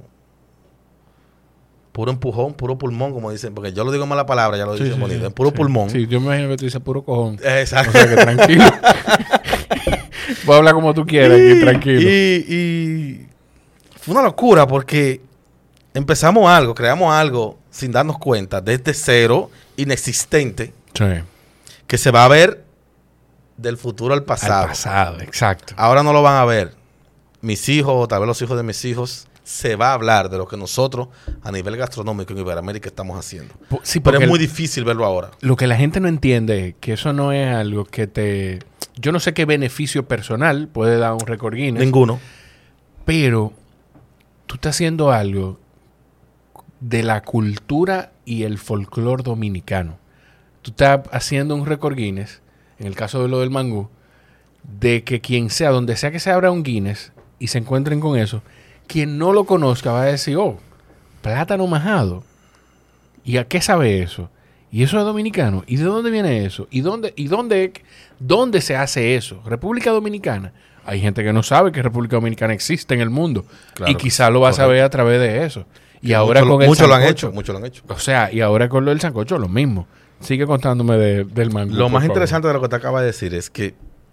empujón, puro pulmón, como dicen. Porque yo lo digo mal la palabra, ya lo dicen bonito. Puro pulmón. Sí, yo me imagino que tú dices puro cojón. Exacto. O sea que tranquilo. Voy a hablar como tú quieras, aquí, tranquilo. Y fue una locura porque empezamos algo, creamos algo sin darnos cuenta, desde cero, inexistente, Sí. que se va a ver del futuro al pasado. Al pasado, exacto. Ahora no lo van a ver. Mis hijos, o tal vez los hijos de mis hijos, se va a hablar de lo que nosotros, a nivel gastronómico en Iberoamérica, estamos haciendo. Sí, pero es muy difícil verlo ahora. Lo que la gente no entiende es que eso no es algo que te... Yo no sé qué beneficio personal puede dar un récord Guinness. Ninguno. Pero tú estás haciendo algo de la cultura y el folclore dominicano. Tú estás haciendo un récord Guinness, en el caso de lo del mangú, de que quien sea, donde sea que se abra un Guinness y se encuentren con eso, quien no lo conozca va a decir, oh, plátano majado. ¿Y a qué sabe eso? ¿Y eso es dominicano? ¿Y de dónde viene eso? ¿Y dónde se hace eso? República Dominicana. Hay gente que no sabe que República Dominicana existe en el mundo. Claro, y quizás lo va a saber a través de eso. Y ahora con el muchos lo han sancocho. hecho, muchos lo han hecho. O sea, y ahora con lo del sancocho lo mismo. Sigue contándome del mangú. Lo más por interesante de lo que te acaba de decir es que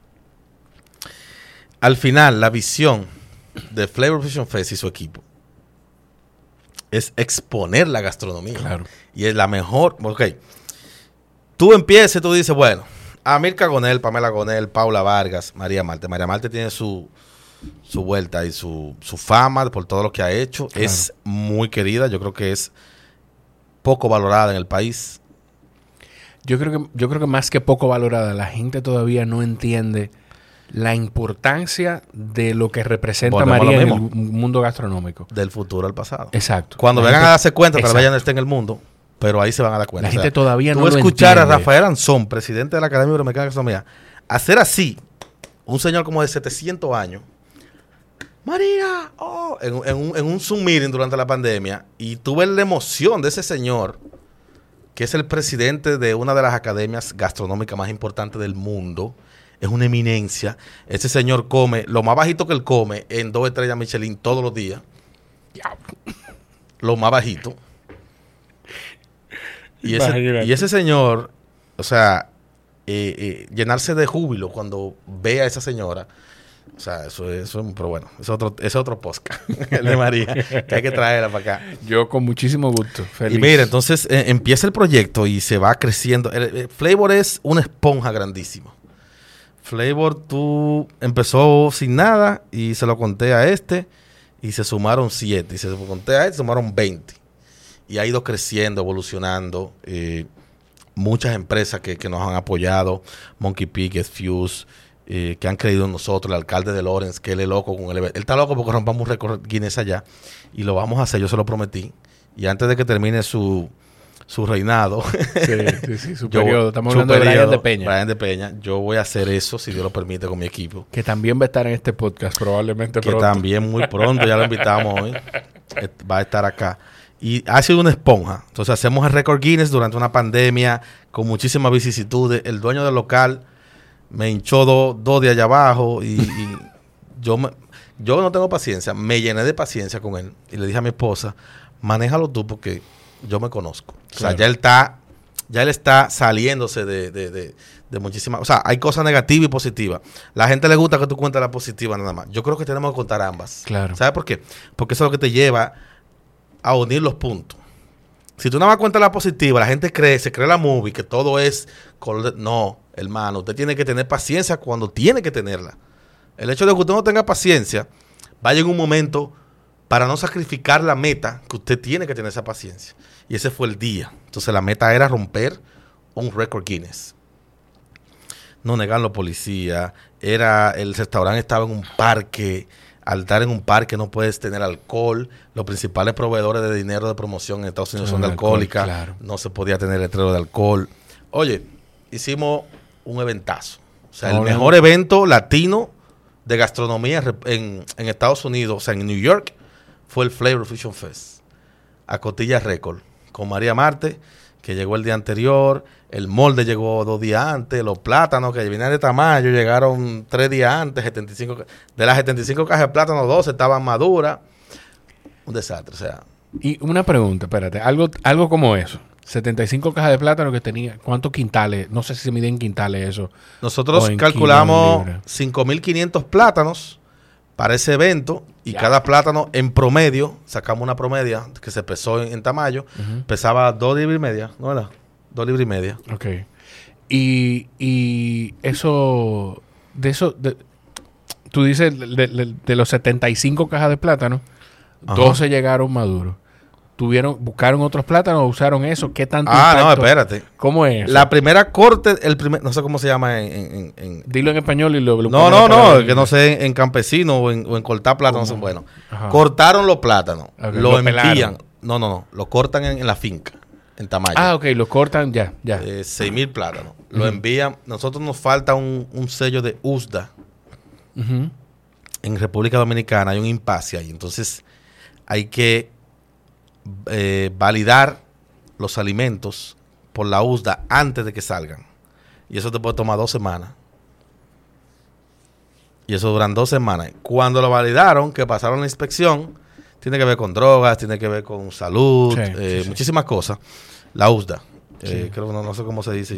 al final la visión de Flavor Fusion Fest y su equipo es exponer la gastronomía. Claro. Y es la mejor. Ok. Tú empiezas y tú dices, bueno, Amilcar Gonel, Pamela Gonel, Paula Vargas, María Marte. María Marte tiene su vuelta y su fama por todo lo que ha hecho. Claro. Es muy querida. Yo creo que es poco valorada en el país. Yo creo que más que poco valorada, la gente todavía no entiende la importancia de lo que representa María en el mundo gastronómico. Del futuro al pasado. Exacto. Cuando vengan a darse cuenta, tal vez ya no esté en el mundo, pero ahí se van a dar cuenta. La gente todavía no lo entiende. Tú escuchar a Rafael Anzón, presidente de la Academia Iberoamericana de Gastronomía, hacer así, un señor como de 700 años, María, oh, en un Zoom meeting durante la pandemia, y tú ves la emoción de ese señor, que es el presidente de una de las academias gastronómicas más importantes del mundo. Es una eminencia. Ese señor come lo más bajito que él come en 2 estrellas Michelin todos los días. Lo más bajito. Y ese señor, o sea, llenarse de júbilo cuando ve a esa señora. O sea, eso pero bueno, es otro podcast, el de María, que hay que traerla para acá. Yo con muchísimo gusto, feliz. Y mira, entonces empieza el proyecto y se va creciendo. Flavor es una esponja grandísima. Flavor, tú empezó sin nada y se lo conté a y se sumaron 7. Y se lo conté a se sumaron 20. Y ha ido creciendo, evolucionando. Muchas empresas que nos han apoyado. Monkey Pig, Fuse, que han creído en nosotros. El alcalde de Lawrence, que él es loco con el evento. Él está loco porque rompamos un récord Guinness allá. Y lo vamos a hacer, yo se lo prometí. Y antes de que termine su reinado. Sí, su periodo. Estamos hablando de Brian de Peña. Brian de Peña. Yo voy a hacer eso, si Dios lo permite, con mi equipo. Que también va a estar en este podcast, probablemente que pronto. También muy pronto, ya lo invitamos hoy. Va a estar acá. Y ha sido una esponja. Entonces hacemos el récord Guinness durante una pandemia con muchísimas vicisitudes. El dueño del local me hinchó dos de allá abajo y yo no tengo paciencia. Me llené de paciencia con él y le dije a mi esposa, manéjalo tú porque yo me conozco. Claro. O sea, ya él está saliéndose de muchísimas... O sea, hay cosas negativas y positivas. La gente le gusta que tú cuentes la positiva nada más. Yo creo que tenemos que contar ambas. Claro. ¿Sabes por qué? Porque eso es lo que te lleva a unir los puntos. Si tú nada más cuentas la positiva, la gente se cree la movie, que todo es... No, hermano, usted tiene que tener paciencia cuando tiene que tenerla. El hecho de que usted no tenga paciencia, va a llegar un momento para no sacrificar la meta, que usted tiene que tener esa paciencia. Y ese fue el día. Entonces la meta era romper un récord Guinness. No negar a los policías. El restaurante estaba en un parque. Al estar en un parque no puedes tener alcohol. Los principales proveedores de dinero de promoción en Estados Unidos son de alcohólica. Claro. No se podía tener letrero de alcohol. Oye, hicimos un eventazo. O sea, el mejor evento latino de gastronomía en Estados Unidos, o sea, en New York, fue el Flavor Fusion Fest. a Cotilla Récord con María Marte, que llegó el día anterior, el molde llegó 2 días antes, los plátanos que venían de Tamayo llegaron 3 días antes, 75, de las 75 cajas de plátano, 12 estaban maduras. Un desastre, o sea. Y una pregunta, espérate, algo como eso. 75 cajas de plátano que tenía, ¿cuántos quintales? No sé si se mide en quintales eso. Nosotros calculamos 5.500 plátanos para ese evento y cada plátano en promedio, sacamos una promedia que se pesó en Tamayo, pesaba 2 libras y media, ¿no verdad? 2 libras y media. Ok. Y eso, tú dices de los 75 cajas de plátano, 12 llegaron maduros. ¿Buscaron otros plátanos o usaron eso? ¿Qué tanto impacto? No, espérate. ¿Cómo es eso? La primera corte, no sé cómo se llama Dilo en español y lo No, que no sé en campesino o en cortar plátanos son buenos. Cortaron los plátanos, lo envían. No, lo cortan en la finca, en Tamayo. Ah, ok, lo cortan ya. 6,000 plátanos. Lo envían. Nosotros nos falta un sello de USDA. En República Dominicana hay un impasse ahí. Entonces hay que validar los alimentos por la USDA antes de que salgan. Y eso te puede tomar 2 semanas. Y eso duran 2 semanas. Cuando lo validaron, que pasaron la inspección, tiene que ver con drogas, tiene que ver con salud, muchísimas cosas. La USDA. Creo que no sé cómo se dice.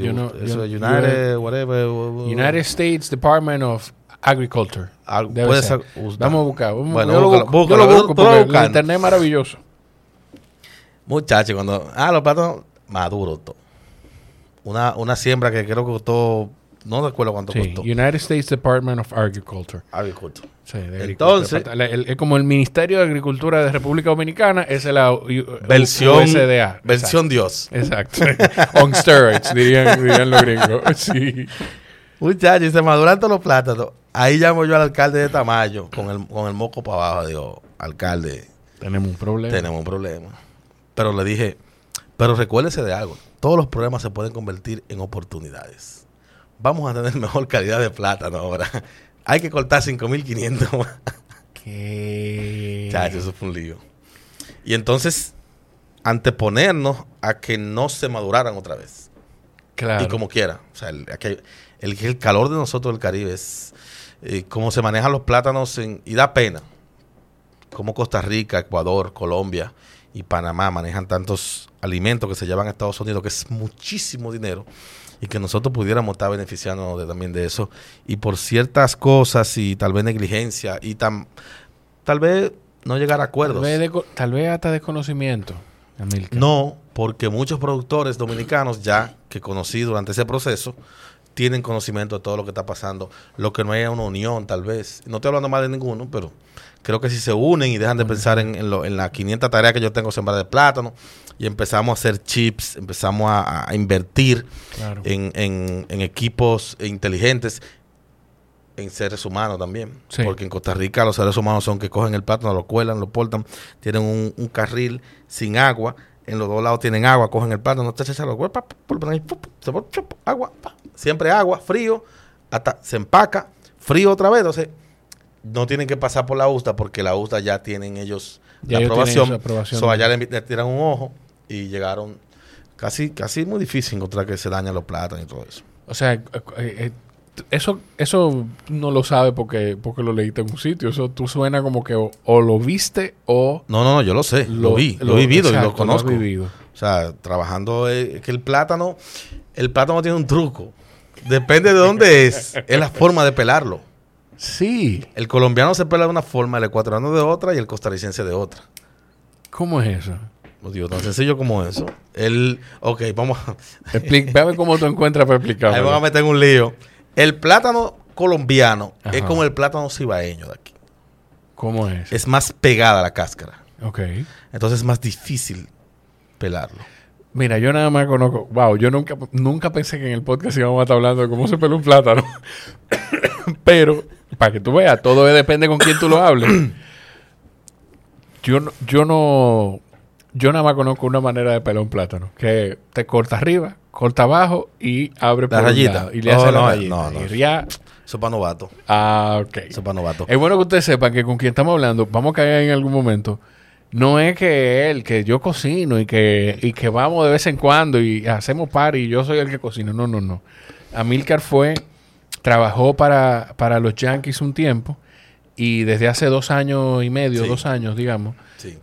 United States Department of Agriculture. Puede ser USDA. Vamos a buscar. Bueno, yo lo busco porque el internet es maravilloso. Muchachos, cuando... los plátanos maduros. Una siembra que creo que costó... No recuerdo cuánto costó. United States Department of Agriculture. Sí, entonces... Es como el Ministerio de Agricultura de República Dominicana, es la versión USDA. Versión Dios. Exacto. On steroids, dirían los gringos. Sí. Muchachos, se maduran todos los plátanos. Ahí llamo yo al alcalde de Tamayo con el moco para abajo. Digo, alcalde... Tenemos un problema. Pero le dije, pero recuérdese de algo. Todos los problemas se pueden convertir en oportunidades. Vamos a tener mejor calidad de plátano ahora. Hay que cortar 5.500 más. ¿Qué? Chacho, eso fue un lío. Y entonces, anteponernos a que no se maduraran otra vez. Claro. Y como quiera. O sea, el calor de nosotros del Caribe es cómo se manejan los plátanos y da pena. Como Costa Rica, Ecuador, Colombia y Panamá manejan tantos alimentos que se llevan a Estados Unidos, que es muchísimo dinero, y que nosotros pudiéramos estar beneficiándonos también de eso, y por ciertas cosas y tal vez negligencia y tal vez no llegar a acuerdos. Tal vez hasta desconocimiento, Amilcar. No, porque muchos productores dominicanos ya que conocí durante ese proceso tienen conocimiento de todo lo que está pasando, lo que no haya una unión tal vez. No estoy hablando mal de ninguno, pero creo que si se unen y dejan de pensar en las 500 tareas que yo tengo sembrar de plátano y empezamos a hacer chips, empezamos a invertir en equipos inteligentes, en seres humanos también. Sí. Porque en Costa Rica los seres humanos son que cogen el plátano, lo cuelan, lo portan, tienen un carril sin agua, en los 2 lados tienen agua, cogen el plátano, agua, siempre agua, frío, hasta se empaca, frío otra vez, entonces no tienen que pasar por la USDA porque la USDA ya tienen ellos la aprobación. So, allá le tiran un ojo y llegaron casi muy difícil encontrar que se dañan los plátanos y todo eso. O sea, eso no lo sabe porque lo leíste en un sitio. Eso tú suena como que o lo viste o... No, yo lo sé. Lo he vivido, exacto, y lo conozco. Lo has vivido. O sea, trabajando... que el plátano tiene un truco. Depende de dónde es la forma de pelarlo. Sí. El colombiano se pela de una forma, el ecuatoriano de otra y el costarricense de otra. ¿Cómo es eso? No digo, tan sencillo como eso. Vamos a... Véame cómo tú encuentras para explicarlo. Ahí vamos a meter en un lío. El plátano colombiano es como el plátano cibaeño de aquí. ¿Cómo es? Es más pegada a la cáscara. Ok. Entonces es más difícil pelarlo. Mira, yo nada más conozco... Wow, yo nunca pensé que en el podcast íbamos a estar hablando de cómo se pela un plátano. Pero, para que tú veas, todo depende con quién tú lo hables. Yo nada más conozco una manera de pelar un plátano. Que te corta arriba, corta abajo y abre por la rayita. Y le hace la rayita. No. Y ya... Eso es para novato. Ah, ok. Eso es para novato. Es bueno que ustedes sepan que con quien estamos hablando, vamos a caer en algún momento. No es que yo cocino y que vamos de vez en cuando y hacemos party y yo soy el que cocina. No. Amílcar trabajó para los Yankees un tiempo y desde hace 2 años y medio, Sí. 2 años, digamos, Sí.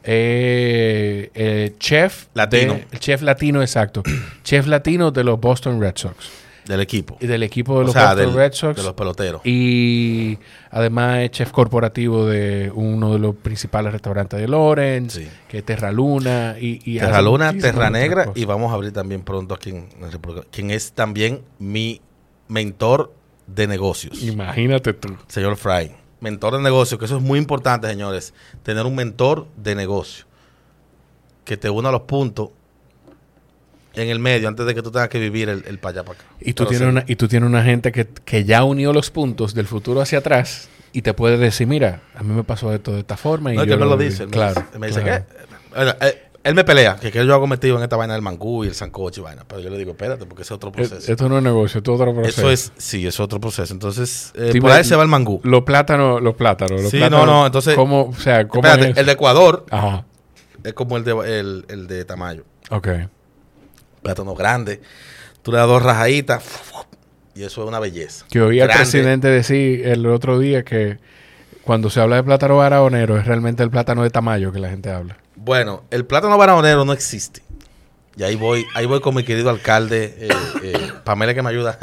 chef Latino. el chef latino, exacto. Chef latino de los Boston Red Sox. Del equipo. Y del equipo de O los sea, Boston Red Sox. de los peloteros. Y además es chef corporativo de uno de los principales restaurantes de Lawrence, Sí. que es Terra Luna. Y Terra hace Luna, muchísimas Terra otras Negra, cosas. y vamos a abrir también pronto aquí en República, quien es también mi mentor de negocios, Imagínate tú. señor Fry. Mentor de negocios, que eso es muy importante, señores. Tener un mentor de negocio que te una los puntos en el medio antes de que tú tengas que vivir el para allá para acá. Y tú, Pero tienes sí. tú tienes una gente que ya unió los puntos del futuro hacia atrás y te puede decir, mira, a mí me pasó esto de esta forma. Y No, es yo que él me lo viví". dice. Él Claro. me dice claro. que... él me pelea, que yo hago metido en esta vaina del mangú y el sancocho y vaina. Pero yo le digo, espérate, porque ese es otro proceso. Esto no es negocio, esto es otro proceso. Sí, es otro proceso. Entonces, Dime, por ahí se va el mangú. Los plátanos. Sí, no, entonces... ¿Cómo, o sea, cómo Espérate, es? el de Ecuador Ajá. es como el de Tamayo. Ok. Plátano grande. Tú le das 2 rajaditas y eso es una belleza. Que oí al Grande. presidente decir el otro día que cuando se habla de plátano barahonero es realmente el plátano de Tamayo que la gente habla. Bueno, el plátano barahonero no existe. Y ahí voy con mi querido alcalde, Pamela que me ayuda.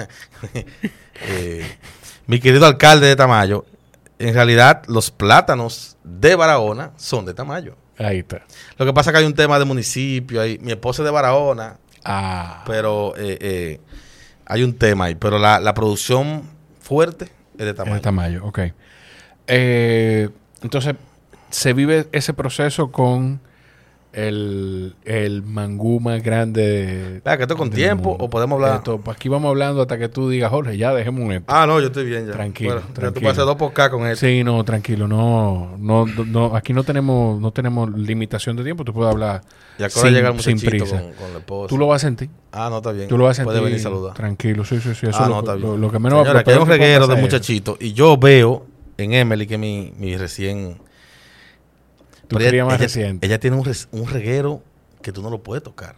Mi querido alcalde de Tamayo. En realidad, los plátanos de Barahona son de Tamayo. Ahí está. Lo que pasa es que hay un tema de municipio. Mi esposa es de Barahona, Ah. pero hay un tema ahí. Pero la producción fuerte es de Es Tamayo. de Tamayo, ok. Entonces, se vive ese proceso con el mangú más grande. ¿Que esto con del tiempo mundo. o podemos hablar? Aquí vamos hablando hasta que tú digas, Jorge, ya dejemos esto. Ah, no, yo estoy bien ya. Tranquilo, Bueno, ya tú tranquilo. puedes hacer 2 podcasts con esto. Sí, no, tranquilo, no, aquí no tenemos limitación de tiempo, tú puedes hablar Y ahora llega el sin muchachito prisa. con la esposa. Tú lo vas a sentir, Ah, no, está bien. tú lo vas a sentir. Puede venir a saludar. Tranquilo, sí, eso Ah, es no, está bien. lo que menos Señora, lo que hay un peor que puede reguero de pasar es- muchachitos. Y yo veo en Emily, que es mi recién... Tu pero cría más ella, reciente. ella tiene un reguero que tú no lo puedes tocar.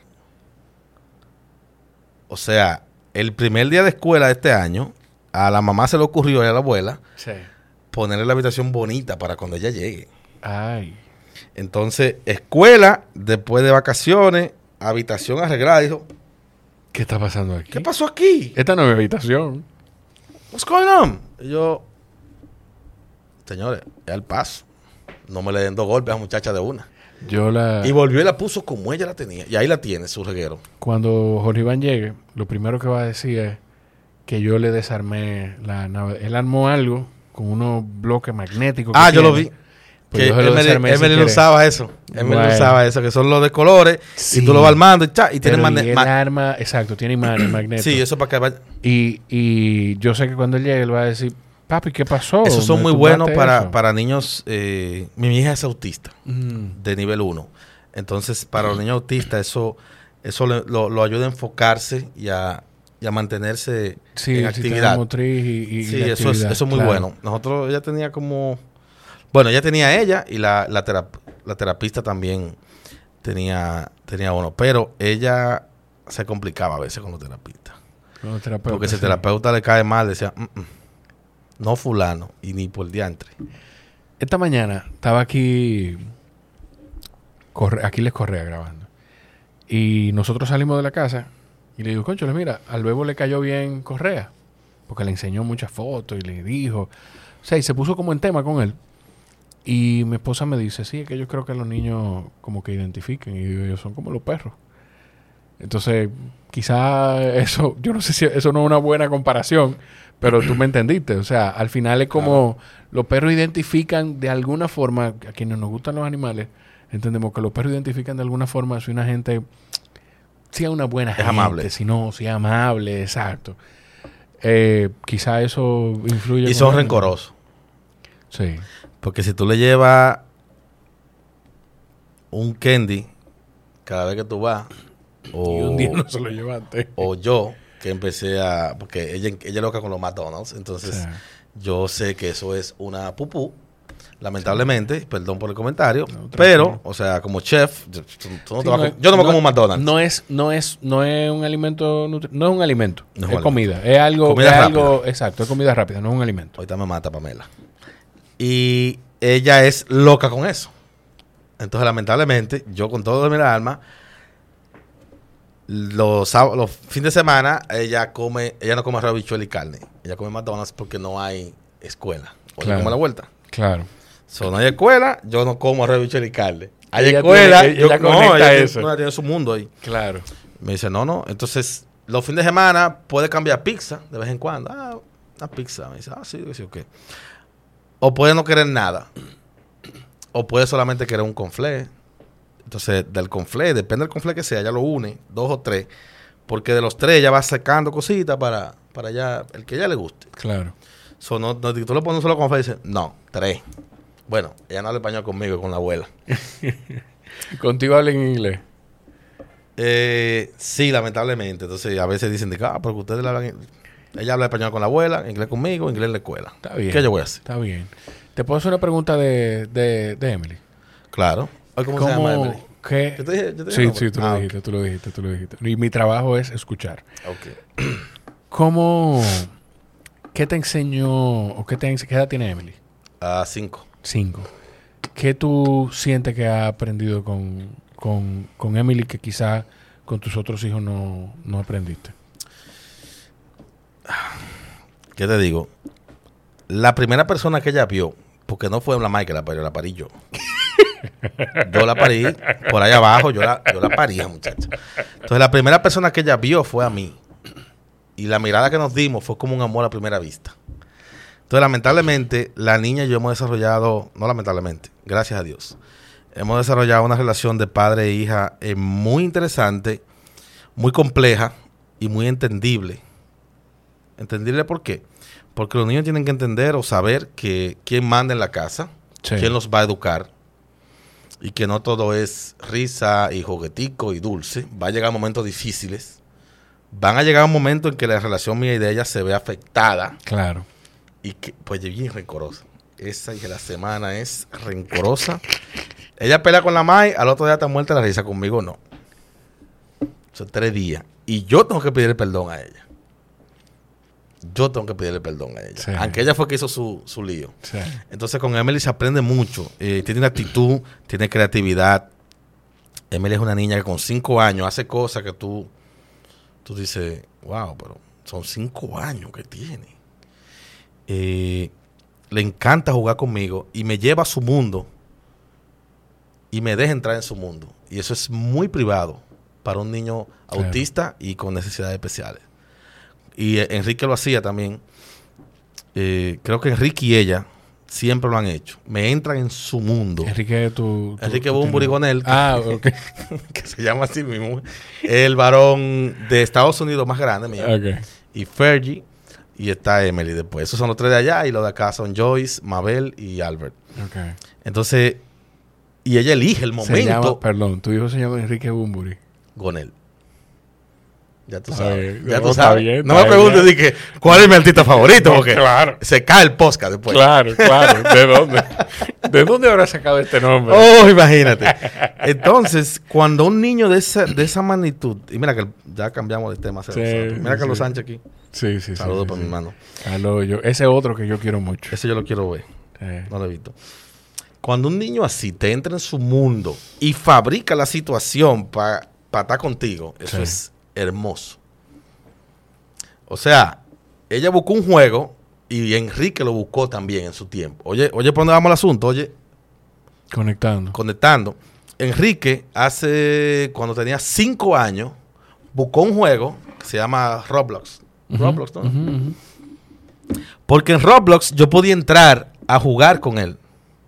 O sea, el primer día de escuela de este año, a la mamá se le ocurrió y a la abuela Sí. ponerle la habitación bonita para cuando ella llegue. Ay. Entonces, escuela, después de vacaciones, habitación arreglada. Dijo, ¿Qué está pasando aquí? ¿qué pasó aquí? Esta no es mi habitación. What's going on? Y yo, señores, es al paso. No me le den 2 golpes a la muchacha de una. Yo la... Y volvió y la puso como ella la tenía. Y ahí la tiene, su reguero. Cuando Jorge Iván llegue, lo primero que va a decir es que yo le desarmé la nave. Él armó algo con unos bloques magnéticos. Ah, que yo lo tiene. vi. Pues Que yo se lo desarmé sin Emily querer. usaba eso. Emily Bueno. usaba eso, que son los de colores. Sí. Y tú lo vas armando y cha, y tiene Pero magne- y el ma- arma, exacto, tiene imanes magnéticos. Sí, eso para que vaya. Y yo sé que cuando él llegue, él va a decir, papi, ¿qué pasó? Esos son ¿Me muy tumbaste buenos eso?" para niños. Mi hija es autista, Mm. de nivel 1. Entonces, para los niños autistas, eso lo ayuda a enfocarse y a mantenerse Sí, en el sistema actividad. motriz y Sí, la eso actividad, es muy claro. bueno. Nosotros, ella tenía como... Bueno, ella tenía ella y la terapista también tenía uno. Pero ella se complicaba a veces con los terapistas. Con los terapeutas, Porque si el sí. terapeuta le cae mal, decía, no fulano, y ni por diantre. Esta mañana estaba aquí Aquiles Correa grabando. Y nosotros salimos de la casa y le digo, conchole, mira, al bebo le cayó bien Correa. Porque le enseñó muchas fotos y le dijo. O sea, y se puso como en tema con él. Y mi esposa me dice, sí, es que yo creo que los niños como que identifiquen. Y digo, ellos son como los perros. Entonces, quizá eso, yo no sé si eso no es una buena comparación, pero tú me entendiste. O sea, al final es como los perros identifican de alguna forma, a quienes nos gustan los animales, entendemos que los perros identifican de alguna forma si una gente, si es una buena gente, amable. si no, si es amable, exacto. Quizá eso influye. Y son con- rencorosos. Sí. Porque si tú le llevas un candy cada vez que tú vas, Y un día no se lo lleva antes. o yo, que empecé a... Porque ella es loca con los McDonald's, entonces Sí. yo sé que eso es una pupú. Lamentablemente, perdón por el comentario, No, pero, o sea, como chef, yo no me como un McDonald's. No es un alimento, no es un alimento, No es es un comida, es algo, Comida rápida. exacto, es comida rápida, no es un alimento. Ahorita me mata Pamela. Y ella es loca con eso. Entonces, lamentablemente, yo con todo de mi alma, los fines de semana, ella no come arroz, habichuela y carne. Ella come McDonald's porque no hay escuela. O Claro. no come la vuelta. Claro. No hay escuela, yo no como arroz, habichuela y carne. Hay Ella escuela, tiene- ella no, conecta ella eso. tiene su mundo ahí. Claro. Me dice, no. Entonces, los fines de semana puede cambiar pizza de vez en cuando. Una pizza. Me dice, sí, ok. O puede no querer nada. O puede solamente querer un conflé. Entonces, del conflé, depende del conflé que sea, ella lo une, 2 o 3. Porque de los 3 ella va sacando cositas para ella, el que ella le guste. Claro. Tú le pones un solo conflé y dices, no, 3. Bueno, ella no habla español conmigo y con la abuela. Contigo hablan en inglés. Sí, lamentablemente. Entonces, a veces dicen, porque ustedes le hablan. Ella habla español con la abuela, inglés conmigo, inglés en la escuela. Está bien. ¿Qué yo voy a hacer? Está bien. ¿Te puedo hacer una pregunta de Emily? Claro. ¿Cómo se llama Emily? ¿Qué? Yo te dije el Sí, nombre. tú lo dijiste. Y mi trabajo es escuchar. Ok. ¿Cómo? ¿Qué te enseñó o qué edad tiene Emily? 5. 5. ¿Qué tú sientes que has aprendido con Emily que quizá con tus otros hijos no aprendiste? ¿Qué te digo? La primera persona que ella vio, porque no fue la madre que la parió, la parí yo. Yo la parí por ahí abajo, yo la parí, muchacha. Entonces, la primera persona que ella vio fue a mí. Y la mirada que nos dimos fue como un amor a primera vista. Entonces, lamentablemente, la niña y yo hemos desarrollado, no lamentablemente, gracias a Dios, hemos desarrollado una relación de padre e hija muy interesante, muy compleja y muy entendible. ¿Entendible por qué? Porque los niños tienen que entender o saber que quién manda en la casa, Sí. quién los va a educar y que no todo es risa y juguetico y dulce. Va a llegar momentos difíciles. Van a llegar un momento en que la relación mía y de ella se ve afectada Claro. y que pues es bien rencorosa. Esa hija de la semana es rencorosa. Ella pelea con la Mai, al otro día está muerta la risa, conmigo no. Son 3 días. Y yo tengo que pedirle perdón a ella. Yo tengo que pedirle perdón a ella. Sí. Aunque ella fue que hizo su lío. Sí. Entonces con Emily se aprende mucho. Tiene una actitud, tiene creatividad. Emily es una niña que con 5 años hace cosas que tú dices, wow, pero son 5 años que tiene. Le encanta jugar conmigo y me lleva a su mundo y me deja entrar en su mundo. Y eso es muy privado para un niño Claro. autista y con necesidades especiales. Y Enrique lo hacía también. Creo que Enrique y ella siempre lo han hecho. Me entran en su mundo. Enrique Enrique Bumburi Gonel, ok. que se llama así mismo, el varón de Estados Unidos más grande mío. Ok. Y Fergie, y está Emily después. Esos son los 3 de allá, y los de acá son Joyce, Mabel y Albert. Ok. Entonces, y ella elige el Se llama, momento. perdón, tu hijo se llama Enrique Bumburi. Gonel. Ya tú Está sabes. bien. Ya No, tú está sabes. bien, No está me bien. preguntes de que, cuál es mi artista favorito, porque Claro. se cae el podcast después. Claro. ¿De dónde? ¿De dónde habrá sacado este nombre? Oh, imagínate. Entonces, cuando un niño de esa magnitud, y mira que ya cambiamos de tema. Sí, Mira a Carlos sí. Sánchez aquí. Sí, sí. Saludos sí, para sí. mi hermano. Carlos, ese otro que yo quiero mucho. Ese yo lo quiero ver. Sí. No lo he visto. Cuando un niño así te entra en su mundo y fabrica la situación para estar contigo, eso Sí. es hermoso. O sea, ella buscó un juego y Enrique lo buscó también en su tiempo. Oye, ¿por dónde vamos al asunto? Oye, Conectando. conectando. Enrique, cuando tenía 5 años, buscó un juego que se llama Roblox. Roblox, ¿no? Ujú, ujú. Porque en Roblox yo podía entrar a jugar con él.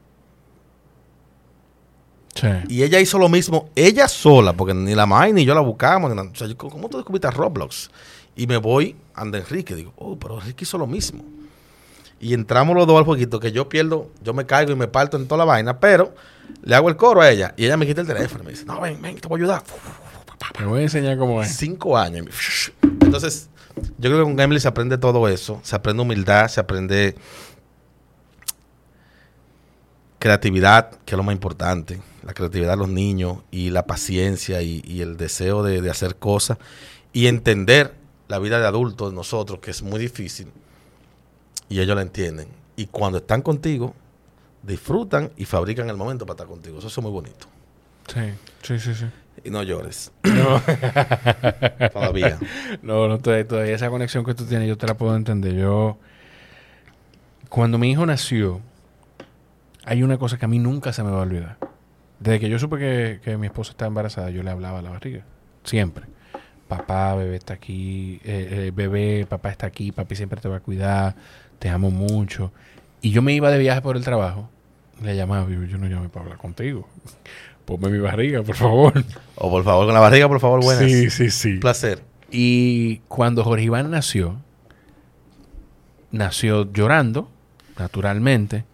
Sí. Y ella hizo lo mismo, ella sola, porque ni la May ni yo la buscamos. Ni nada. O sea, ¿cómo tú descubriste Roblox? Y me voy ante Enrique. Digo, pero Enrique hizo lo mismo. Y entramos los dos al jueguito, que yo pierdo, yo me caigo y me parto en toda la vaina, pero le hago el coro a ella. Y ella me quita el teléfono y me dice, no, ven, te voy a ayudar. Te voy a enseñar cómo es. 5 años. Entonces, yo creo que con Emily se aprende todo eso. Se aprende humildad, se aprende creatividad, que es lo más importante, la creatividad de los niños y la paciencia y el deseo de hacer cosas y entender la vida de adultos de nosotros, que es muy difícil, y ellos la entienden. Y cuando están contigo, disfrutan y fabrican el momento para estar contigo. Eso es muy bonito. Sí. Y no llores. No. Todavía. No, todavía esa conexión que tú tienes yo te la puedo entender. Cuando mi hijo nació, hay una cosa que a mí nunca se me va a olvidar. Desde que yo supe que mi esposa estaba embarazada, yo le hablaba a la barriga. Siempre. Papá, bebé está aquí. Bebé, papá está aquí. Papi siempre te va a cuidar. Te amo mucho. Y yo me iba de viaje por el trabajo. Le llamaba. Yo no llamé para hablar contigo. Ponme mi barriga, por favor. O por favor, con la barriga, por favor, buenas. Sí. Un placer. Y cuando Jorge Iván nació llorando, naturalmente.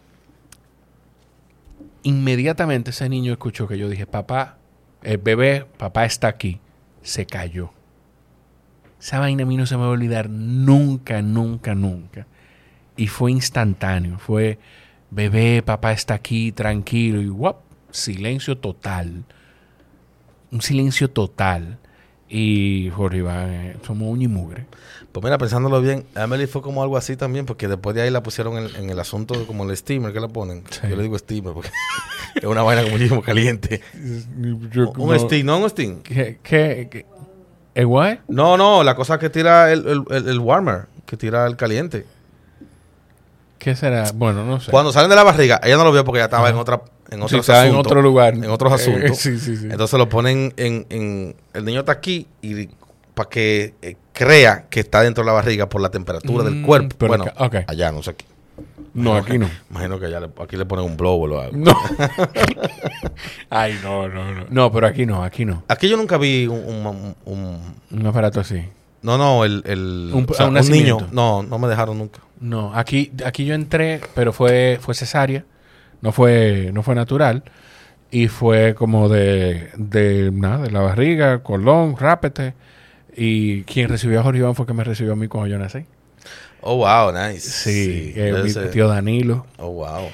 Inmediatamente ese niño escuchó que yo dije, papá, el bebé, papá está aquí. Se cayó. Esa vaina a mí no se me va a olvidar nunca. Y fue instantáneo. Fue, bebé, papá está aquí, tranquilo. Y ¡guap! Silencio total. Un silencio total. Y Jorge Iván, somos uña y mugre. Pues mira, pensándolo bien, Emily fue como algo así también, porque después de ahí la pusieron en el asunto de como el steamer que la ponen. Sí. Yo le digo steamer porque es una vaina muchísimo caliente. Un steam, ¿no un steam? ¿Qué? ¿El what? No, la cosa que tira el warmer, que tira el caliente. ¿Qué será? Bueno, no sé. Cuando salen de la barriga, ella no lo vio porque ella estaba en otros asuntos. En otro lugar. En otros asuntos. Sí. Entonces lo ponen en el niño está aquí y para que crea que está dentro de la barriga por la temperatura del cuerpo. Pero bueno, okay. Allá, no sé aquí. No, aquí no. Imagino que aquí le ponen un blower o algo. No. Ay, no. No, pero aquí no. Aquí yo nunca vi un aparato así. No, un niño. No me dejaron nunca. No, aquí yo entré, pero fue cesárea. No fue natural. Y fue como de la barriga, colón, rápete. Y quien recibió a Jorge Iván fue que me recibió a mí cuando yo nací. Oh, wow, nice. Sí, mi tío Danilo. Oh, wow.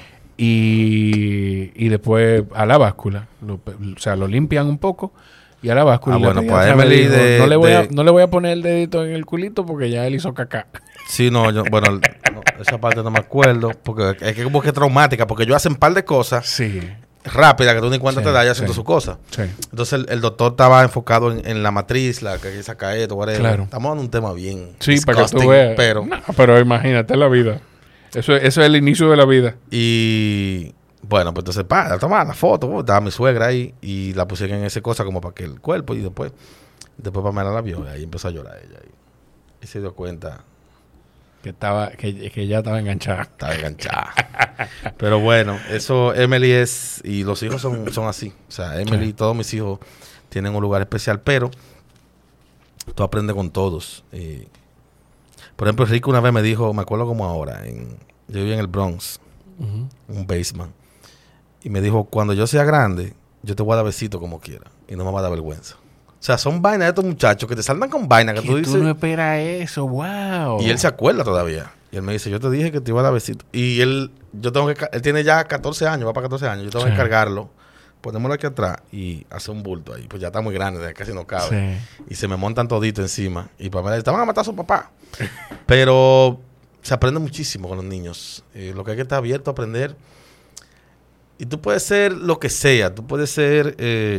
Y después a la báscula. Lo limpian un poco. Y a la báscula. Bueno, pues Emily no le voy a poner el dedito en el culito porque ya él hizo caca. Sí, esa parte no me acuerdo. Porque es que como que es traumática. Porque ellos hacen un par de cosas. Sí. Rápida, que tú ni cuenta te das haciendo su cosa. Sí. Entonces el doctor estaba enfocado en la matriz, la que saca esto, whatever. Claro. Estamos en un tema bien. Sí, para que tú veas. Pero imagínate la vida. Eso es el inicio de la vida. Y bueno, pues entonces, tomar la foto. Estaba mi suegra ahí y la pusieron en esa cosa como para que el cuerpo. Y después Pamela la vio y ahí empezó a llorar ella. Y se dio cuenta. Que ya estaba enganchada. Estaba enganchada. Pero bueno, eso Emily es... Y los hijos son así. O sea, Emily y todos mis hijos tienen un lugar especial. Pero tú aprendes con todos. Por ejemplo, Rico una vez me dijo, me acuerdo como ahora, yo vivía en el Bronx, un basement. Y me dijo, cuando yo sea grande, yo te voy a dar besito como quiera. Y no me va a dar vergüenza. O sea, son vainas de estos muchachos que te saltan con vainas que tú dices. Tú no esperas eso, wow. Y él se acuerda todavía. Y él me dice, yo te dije que te iba a dar besito. Y él tiene ya 14 años, va para 14 años. Yo tengo que cargarlo, ponémoslo aquí atrás y hacer un bulto ahí. Pues ya está muy grande, casi no cabe. Sí. Y se me montan todito encima. Y para mí, te van a matar a su papá. Pero se aprende muchísimo con los niños. Lo que hay que estar abierto a aprender. Y tú puedes ser lo que sea. Tú puedes ser...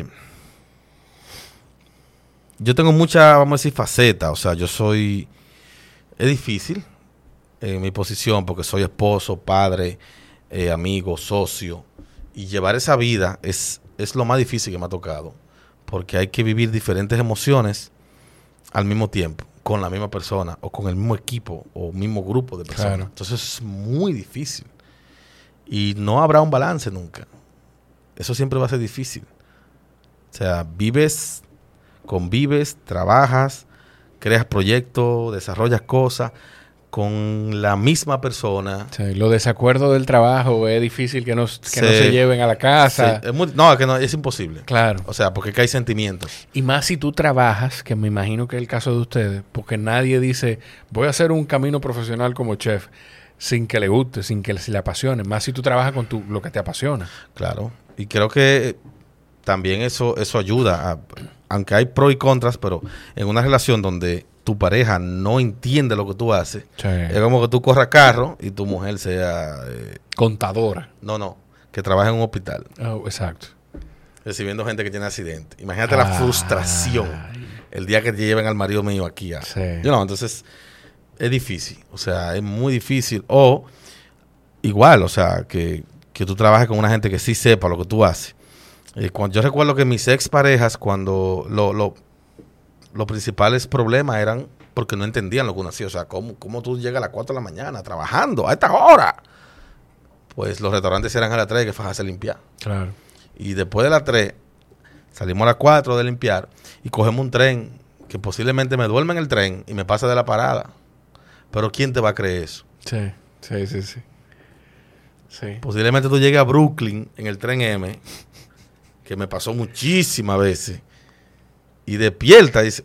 yo tengo mucha, vamos a decir, faceta. O sea, yo soy... Es difícil en mi posición porque soy esposo, padre, amigo, socio. Y llevar esa vida es lo más difícil que me ha tocado. Porque hay que vivir diferentes emociones al mismo tiempo. Con la misma persona o con el mismo equipo o mismo grupo de personas. Claro. Entonces es muy difícil. Y no habrá un balance nunca. Eso siempre va a ser difícil. O sea, convives, trabajas, creas proyectos, desarrollas cosas con la misma persona. Sí, los desacuerdos del trabajo es difícil que no se lleven a la casa. Es imposible. Claro. O sea, porque hay sentimientos. Y más si tú trabajas, que me imagino que es el caso de ustedes, porque nadie dice, voy a hacer un camino profesional como chef. sin que le guste, sin que le apasione. Más si tú trabajas con lo que te apasiona. Claro. Y creo que también eso ayuda, aunque hay pros y contras, pero en una relación donde tu pareja no entiende lo que tú haces, Sí. es como que tú corras carro y tu mujer sea... Contadora. no, que trabaja en un hospital, Oh, exacto. recibiendo gente que tiene accidente. Imagínate la frustración el día que te lleven al marido mío aquí. Sí. Entonces es difícil, o sea, es muy difícil. O igual, o sea, que tú trabajes con una gente que sí sepa lo que tú haces. Yo recuerdo que mis exparejas, cuando los principales problemas eran porque no entendían lo que uno hacía. O sea, ¿cómo tú llegas a las 4 de la mañana trabajando a esta hora? Pues los restaurantes eran a las 3 que fajarse a limpiar. Claro. Y después de las 3, salimos a las 4 de limpiar y cogemos un tren que posiblemente me duerme en el tren y me pasa de la parada. Pero ¿quién te va a creer eso? Sí. Posiblemente tú llegues a Brooklyn en el tren M, que me pasó muchísimas veces, y despierta y dice,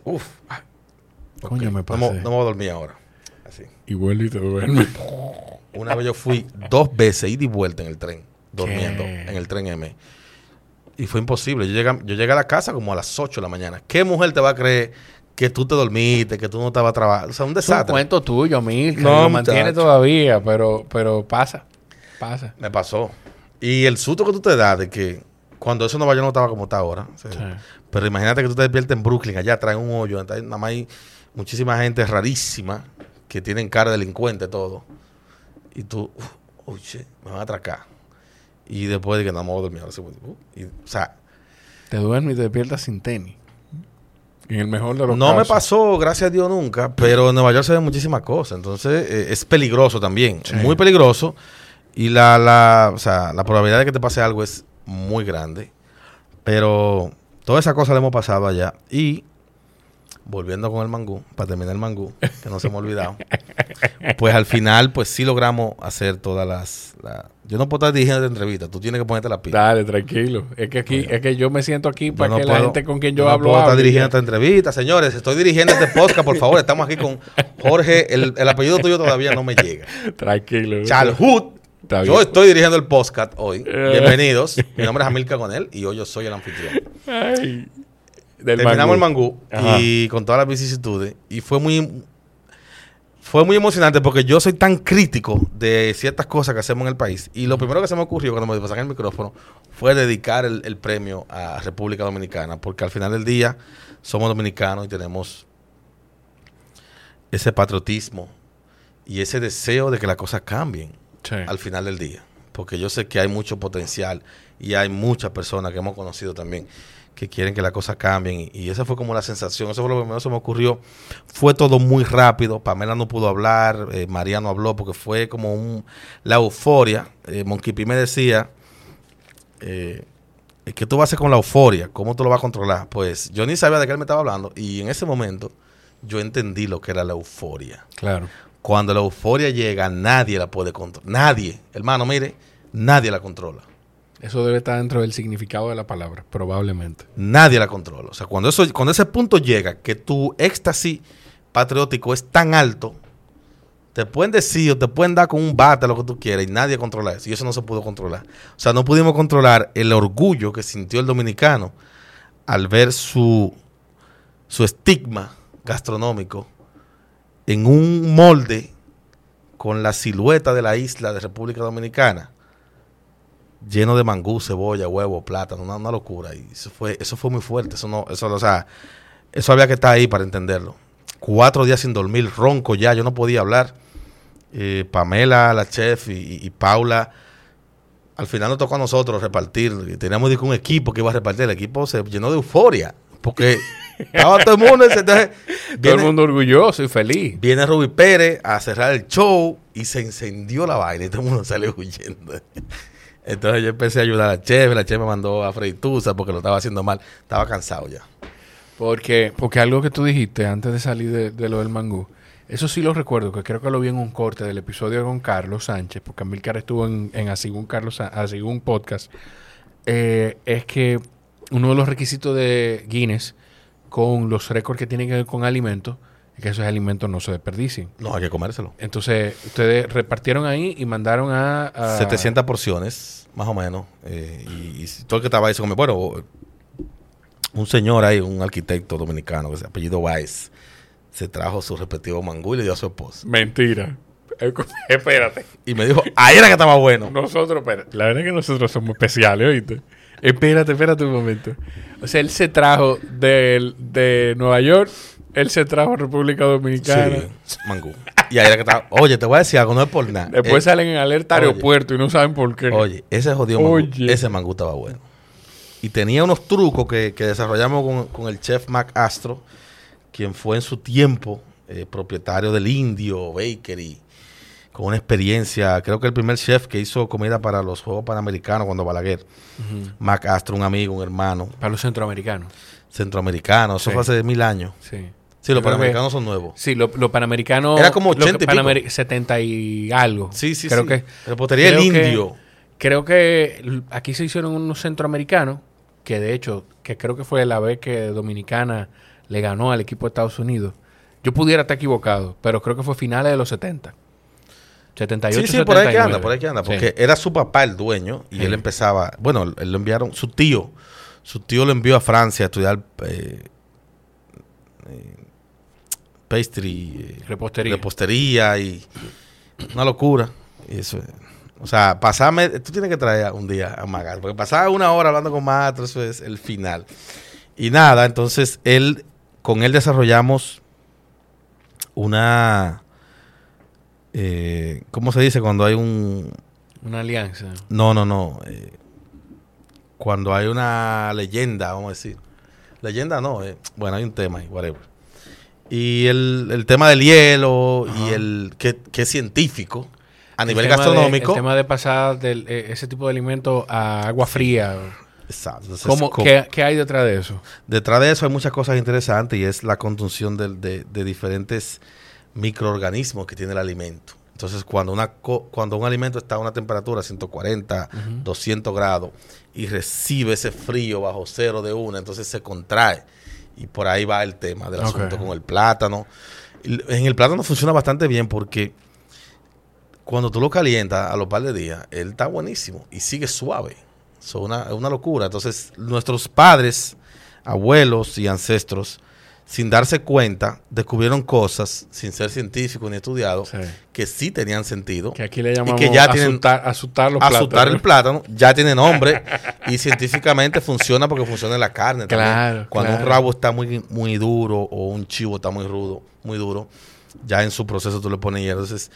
Coño, me pasé. no me voy a dormir ahora. Así. Y vuelve y te duerme. Una vez yo fui 2 veces ida y vuelta en el tren, durmiendo ¿Qué? en el tren M. Y fue imposible. Yo llegué a la casa como a las 8 de la mañana. ¿Qué mujer te va a creer que tú te dormiste, que tú no estabas trabajando? O sea, un Es un desastre. cuento tuyo, Milka. No, Lo mantiene muchacho. todavía, pero pasa. Me pasó. Y el susto que tú te das de que cuando eso en Nueva York no estaba como está ahora. O sea, Sí. pero imagínate que tú te despiertes en Brooklyn, allá traen un hoyo, nada más hay muchísima gente rarísima que tienen cara de delincuente todo. Y tú, shit, me van a atracar. Y después de que no me voy a dormir. Ahora sí, o sea, Te duermes y te despiertas sin tenis. En el mejor de los no casos. me pasó, gracias a Dios, nunca, pero en Nueva York se ven muchísimas cosas. Entonces, es peligroso también. Sí. Muy peligroso. Y la probabilidad de que te pase algo es muy grande. Pero toda esa cosa la hemos pasado allá. Y volviendo con el mangú, para terminar el mangú, que no se me ha olvidado, pues al final, pues sí logramos hacer todas yo no puedo estar dirigiendo esta entrevista, tú tienes que ponerte la pila. Dale, tranquilo. Es que aquí, es que yo me siento aquí para no que la gente con quien yo no hablo puedo estar hable. dirigiendo esta entrevista, señores. Estoy dirigiendo este podcast, por favor. Estamos aquí con Jorge. El apellido tuyo todavía no me llega. Tranquilo. Chalhut. Está bien. Yo estoy dirigiendo el podcast hoy. Bienvenidos. Mi nombre es Amilcar Gonel y hoy yo soy el anfitrión. Ay, del Terminamos el mangú. mangú y con todas las vicisitudes. Y fue muy emocionante porque yo soy tan crítico de ciertas cosas que hacemos en el país. Y lo primero que se me ocurrió cuando me pasaron el micrófono fue dedicar el premio a República Dominicana. Porque al final del día somos dominicanos y tenemos ese patriotismo y ese deseo de que las cosas cambien al final del día. Porque yo sé que hay mucho potencial y hay muchas personas que hemos conocido también que quieren que las cosas cambien. Y esa fue como la sensación. Eso fue lo primero que se me ocurrió. Fue todo muy rápido. Pamela no pudo hablar. María no habló porque fue como la euforia. Monkey P me decía, ¿qué tú vas a hacer con la euforia? ¿Cómo tú lo vas a controlar? Pues yo ni sabía de qué él me estaba hablando. Y en ese momento yo entendí lo que era la euforia. Claro. Cuando la euforia llega, nadie la puede controlar. Nadie. Hermano, mire, nadie la controla. Eso debe estar dentro del significado de la palabra, probablemente. Nadie la controla. O sea, cuando ese punto llega, que tu éxtasis patriótico es tan alto, te pueden decir o te pueden dar con un bate lo que tú quieras y nadie controla eso. Y eso no se pudo controlar. O sea, no pudimos controlar el orgullo que sintió el dominicano al ver su estigma gastronómico en un molde con la silueta de la isla de República Dominicana, lleno de mangú, cebolla, huevo, plátano, una locura. Y eso fue muy fuerte. Eso había que estar ahí para entenderlo. 4 días sin dormir, ronco ya, yo no podía hablar. Pamela, la chef, y Paula, al final nos tocó a nosotros repartir. Teníamos un equipo que iba a repartir. El equipo se llenó de euforia, porque estaba todo el mundo. Entonces, Todo el mundo orgulloso y feliz. Viene Ruby Pérez a cerrar el show y se encendió la vaina y todo el mundo salió huyendo. Entonces yo empecé a ayudar a la chef me mandó a freír tusa porque lo estaba haciendo mal, estaba cansado ya. Porque algo que tú dijiste antes de salir de lo del mangú, eso sí lo recuerdo, que creo que lo vi en un corte del episodio con Carlos Sánchez, porque Amilcar estuvo en Así un podcast, es que uno de los requisitos de Guinness con los récords que tienen que ver con alimentos que esos alimentos no se desperdicien. No, hay que comérselo. Entonces, ustedes repartieron ahí y mandaron a 700 porciones, más o menos. Y todo el que estaba ahí se comió. Bueno, un señor ahí, un arquitecto dominicano, que se apellido Weiss, se trajo su respectivo mangú y le dio a su esposa. Mentira. Espérate. Y me dijo, ahí era que estaba bueno. Nosotros, espérate. La verdad es que nosotros somos especiales, ¿oíste? Espérate un momento. O sea, él se trajo de Nueva York, él se trajo a República Dominicana. Sí, mangú. Y ahí era que estaba. Oye, te voy a decir algo, no es por nada. Después salen en alerta aeropuerto y no saben por qué. Oye, ese jodido mangú, ese mangú estaba bueno. Y tenía unos trucos que desarrollamos con el chef Mac Astro, quien fue en su tiempo propietario del Indio Bakery, con una experiencia, creo que el primer chef que hizo comida para los Juegos Panamericanos cuando Balaguer, Mac Astro, un amigo, un hermano. Para los centroamericanos. Centroamericanos, eso fue hace 1000 años. Sí. Sí, los panamericanos son nuevos. Sí, los panamericanos... Era como 80 y pico. 70 y algo. Sí. Que, repostería El Indio. Creo que aquí se hicieron unos centroamericanos, que de hecho, que creo que fue la vez que Dominicana le ganó al equipo de Estados Unidos. Yo pudiera estar equivocado, pero creo que fue finales de los 70. 78, sí, 79. por ahí que anda, porque era su papá el dueño y él empezaba, bueno, él lo enviaron, su tío lo envió a Francia a estudiar pastry, repostería y una locura. Y eso, o sea, tú tienes que traer un día a Magal, porque pasaba una hora hablando con Maestro, eso es el final. Y nada, entonces con él desarrollamos una... ¿cómo se dice cuando hay una alianza? No. Cuando hay una leyenda, vamos a decir. Leyenda no, bueno, hay un tema ahí, whatever. Y el tema del hielo y el que es científico a nivel gastronómico. El tema de pasar ese tipo de alimentos a agua fría. Exacto. Entonces, ¿qué hay detrás de eso? Detrás de eso hay muchas cosas interesantes y es la conjunción de diferentes microorganismos que tiene el alimento. Entonces, cuando un alimento está a una temperatura 140, 200 grados y recibe ese frío bajo cero de una, entonces se contrae. Y por ahí va el tema del asunto con el plátano. En el plátano funciona bastante bien porque cuando tú lo calientas a los par de días, él está buenísimo y sigue suave. Es una locura. Entonces, nuestros padres, abuelos y ancestros, sin darse cuenta, descubrieron cosas, sin ser científicos ni estudiados, que sí tenían sentido. Que aquí le llamamos y que ya tienen, asustar los plátanos. Asustar el plátano, ya tiene nombre y científicamente funciona porque funciona en la carne también. Claro, cuando un rabo está muy, muy duro o un chivo está muy rudo, muy duro, ya en su proceso tú le pones hielo. Entonces,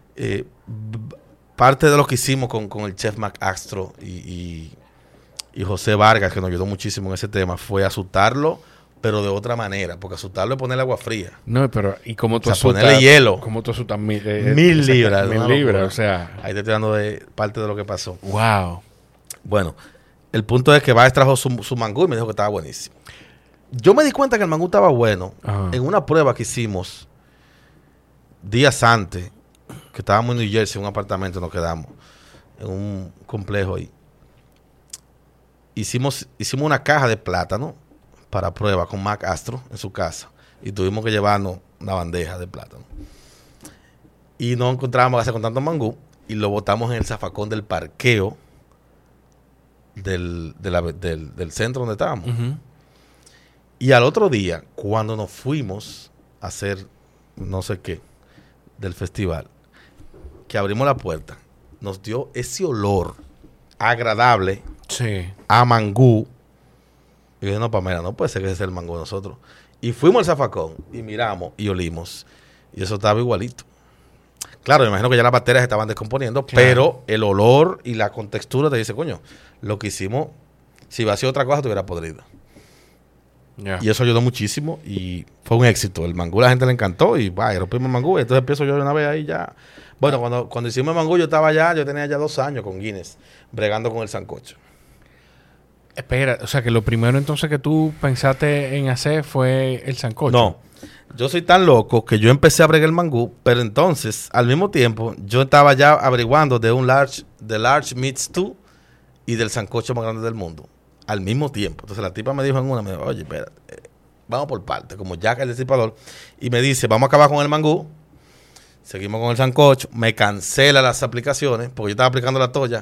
parte de lo que hicimos con el chef Mac Astro y José Vargas, que nos ayudó muchísimo en ese tema, fue asustarlo, pero de otra manera, porque asustarlo es ponerle agua fría. No, pero ¿y cómo tú asustas? Ponerle hielo. ¿Cómo tú asustas 1000 libras? 1000 libras, o sea. Ahí te estoy dando parte de lo que pasó. Wow. Bueno, el punto es que Baez trajo su mangú y me dijo que estaba buenísimo. Yo me di cuenta que el mangú estaba bueno en una prueba que hicimos días antes, que estábamos en New Jersey, en un apartamento, nos quedamos en un complejo ahí. Hicimos una caja de plátano para prueba con Mac Astro en su casa y tuvimos que llevarnos una bandeja de plátano y no encontrábamos hacer con tanto mangú y lo botamos en el zafacón del parqueo del centro donde estábamos. Y al otro día, cuando nos fuimos a hacer no sé qué del festival, que abrimos la puerta, nos dio ese olor agradable a mangú. Y yo dije, no, Pamela, no puede ser que ese sea el mangú de nosotros. Y fuimos al zafacón y miramos y olimos. Y eso estaba igualito. Claro, me imagino que ya las bacterias se estaban descomponiendo, pero el olor y la contextura te dice, coño, lo que hicimos, si iba a ser otra cosa, estuviera podrida. Y eso ayudó muchísimo y fue un éxito. El mangú a la gente le encantó y rompimos el mangú. Y entonces empiezo yo de una vez ahí ya. Bueno, cuando hicimos el mangú yo tenía ya 2 años con Guinness, bregando con el sancocho. Espera, o sea que lo primero entonces que tú pensaste en hacer fue el sancocho. No, yo soy tan loco que yo empecé a bregar el mangú, pero entonces, al mismo tiempo, yo estaba ya averiguando de large meat stew y del sancocho más grande del mundo, al mismo tiempo. Entonces la tipa me dijo en una, oye, espérate, vamos por parte, como Jack el Destripador, y me dice, vamos a acabar con el mangú, seguimos con el sancocho, me cancela las aplicaciones, porque yo estaba aplicando la toalla.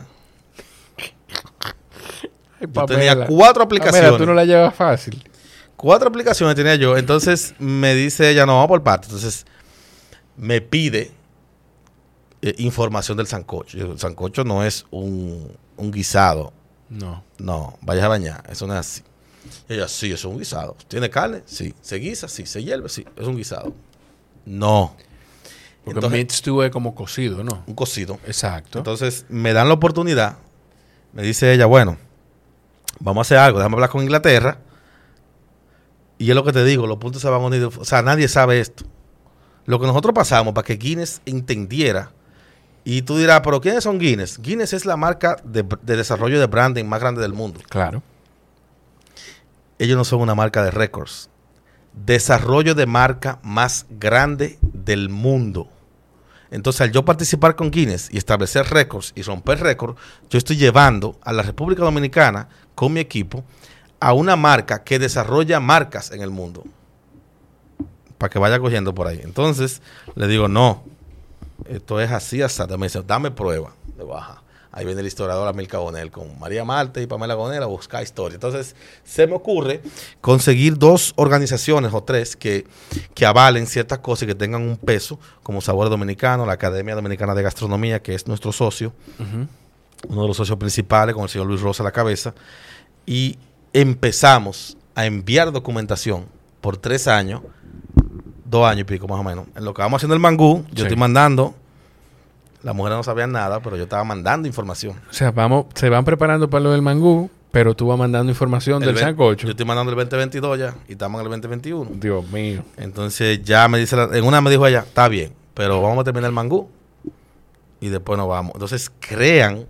Yo tenía 4 aplicaciones. Pamela, tú no la llevas fácil. 4 aplicaciones tenía yo. Entonces me dice ella, no, vamos por parte. Entonces me pide información del sancocho. El sancocho no es un guisado. No, vaya a bañar. Eso no es así. Y ella, sí, eso es un guisado. ¿Tiene carne? Sí. ¿Se guisa? Sí. ¿Se hierve? Sí. Es un guisado. No. Porque entonces, meat stew es como cocido, ¿no? Un cocido. Exacto. Entonces me dan la oportunidad. Me dice ella, bueno, vamos a hacer algo. Déjame hablar con Inglaterra. Y es lo que te digo, los puntos se van a unir. O sea, nadie sabe esto. Lo que nosotros pasamos para que Guinness entendiera. Y tú dirás, ¿pero quiénes son Guinness? Guinness es la marca de desarrollo de branding más grande del mundo. Claro. Ellos no son una marca de récords. Desarrollo de marca más grande del mundo. Entonces, al yo participar con Guinness y establecer récords y romper récords, yo estoy llevando a la República Dominicana con mi equipo a una marca que desarrolla marcas en el mundo. Para que vaya cogiendo por ahí. Entonces, le digo, no, esto es así, hasta me dice, dame prueba de baja. Ahí viene el historiador Amilcar Gonel con María Marte y Pamela Gonel a buscar historia. Entonces, se me ocurre conseguir 2 organizaciones o 3 que avalen ciertas cosas y que tengan un peso, como Sabor Dominicano, la Academia Dominicana de Gastronomía, que es nuestro socio, uno de los socios principales, con el señor Luis Rosa a la cabeza, y empezamos a enviar documentación por 3 años, 2 años y pico más o menos. En lo que vamos haciendo el mangú, yo estoy mandando. Las mujeres no sabían nada, pero yo estaba mandando información. O sea, se van preparando para lo del mangú, pero tú vas mandando información del sancocho. Yo estoy mandando el 2022 ya y estamos en el 2021. Dios mío. Entonces ya me dice, en una me dijo ella, está bien, pero vamos a terminar el mangú y después nos vamos. Entonces crean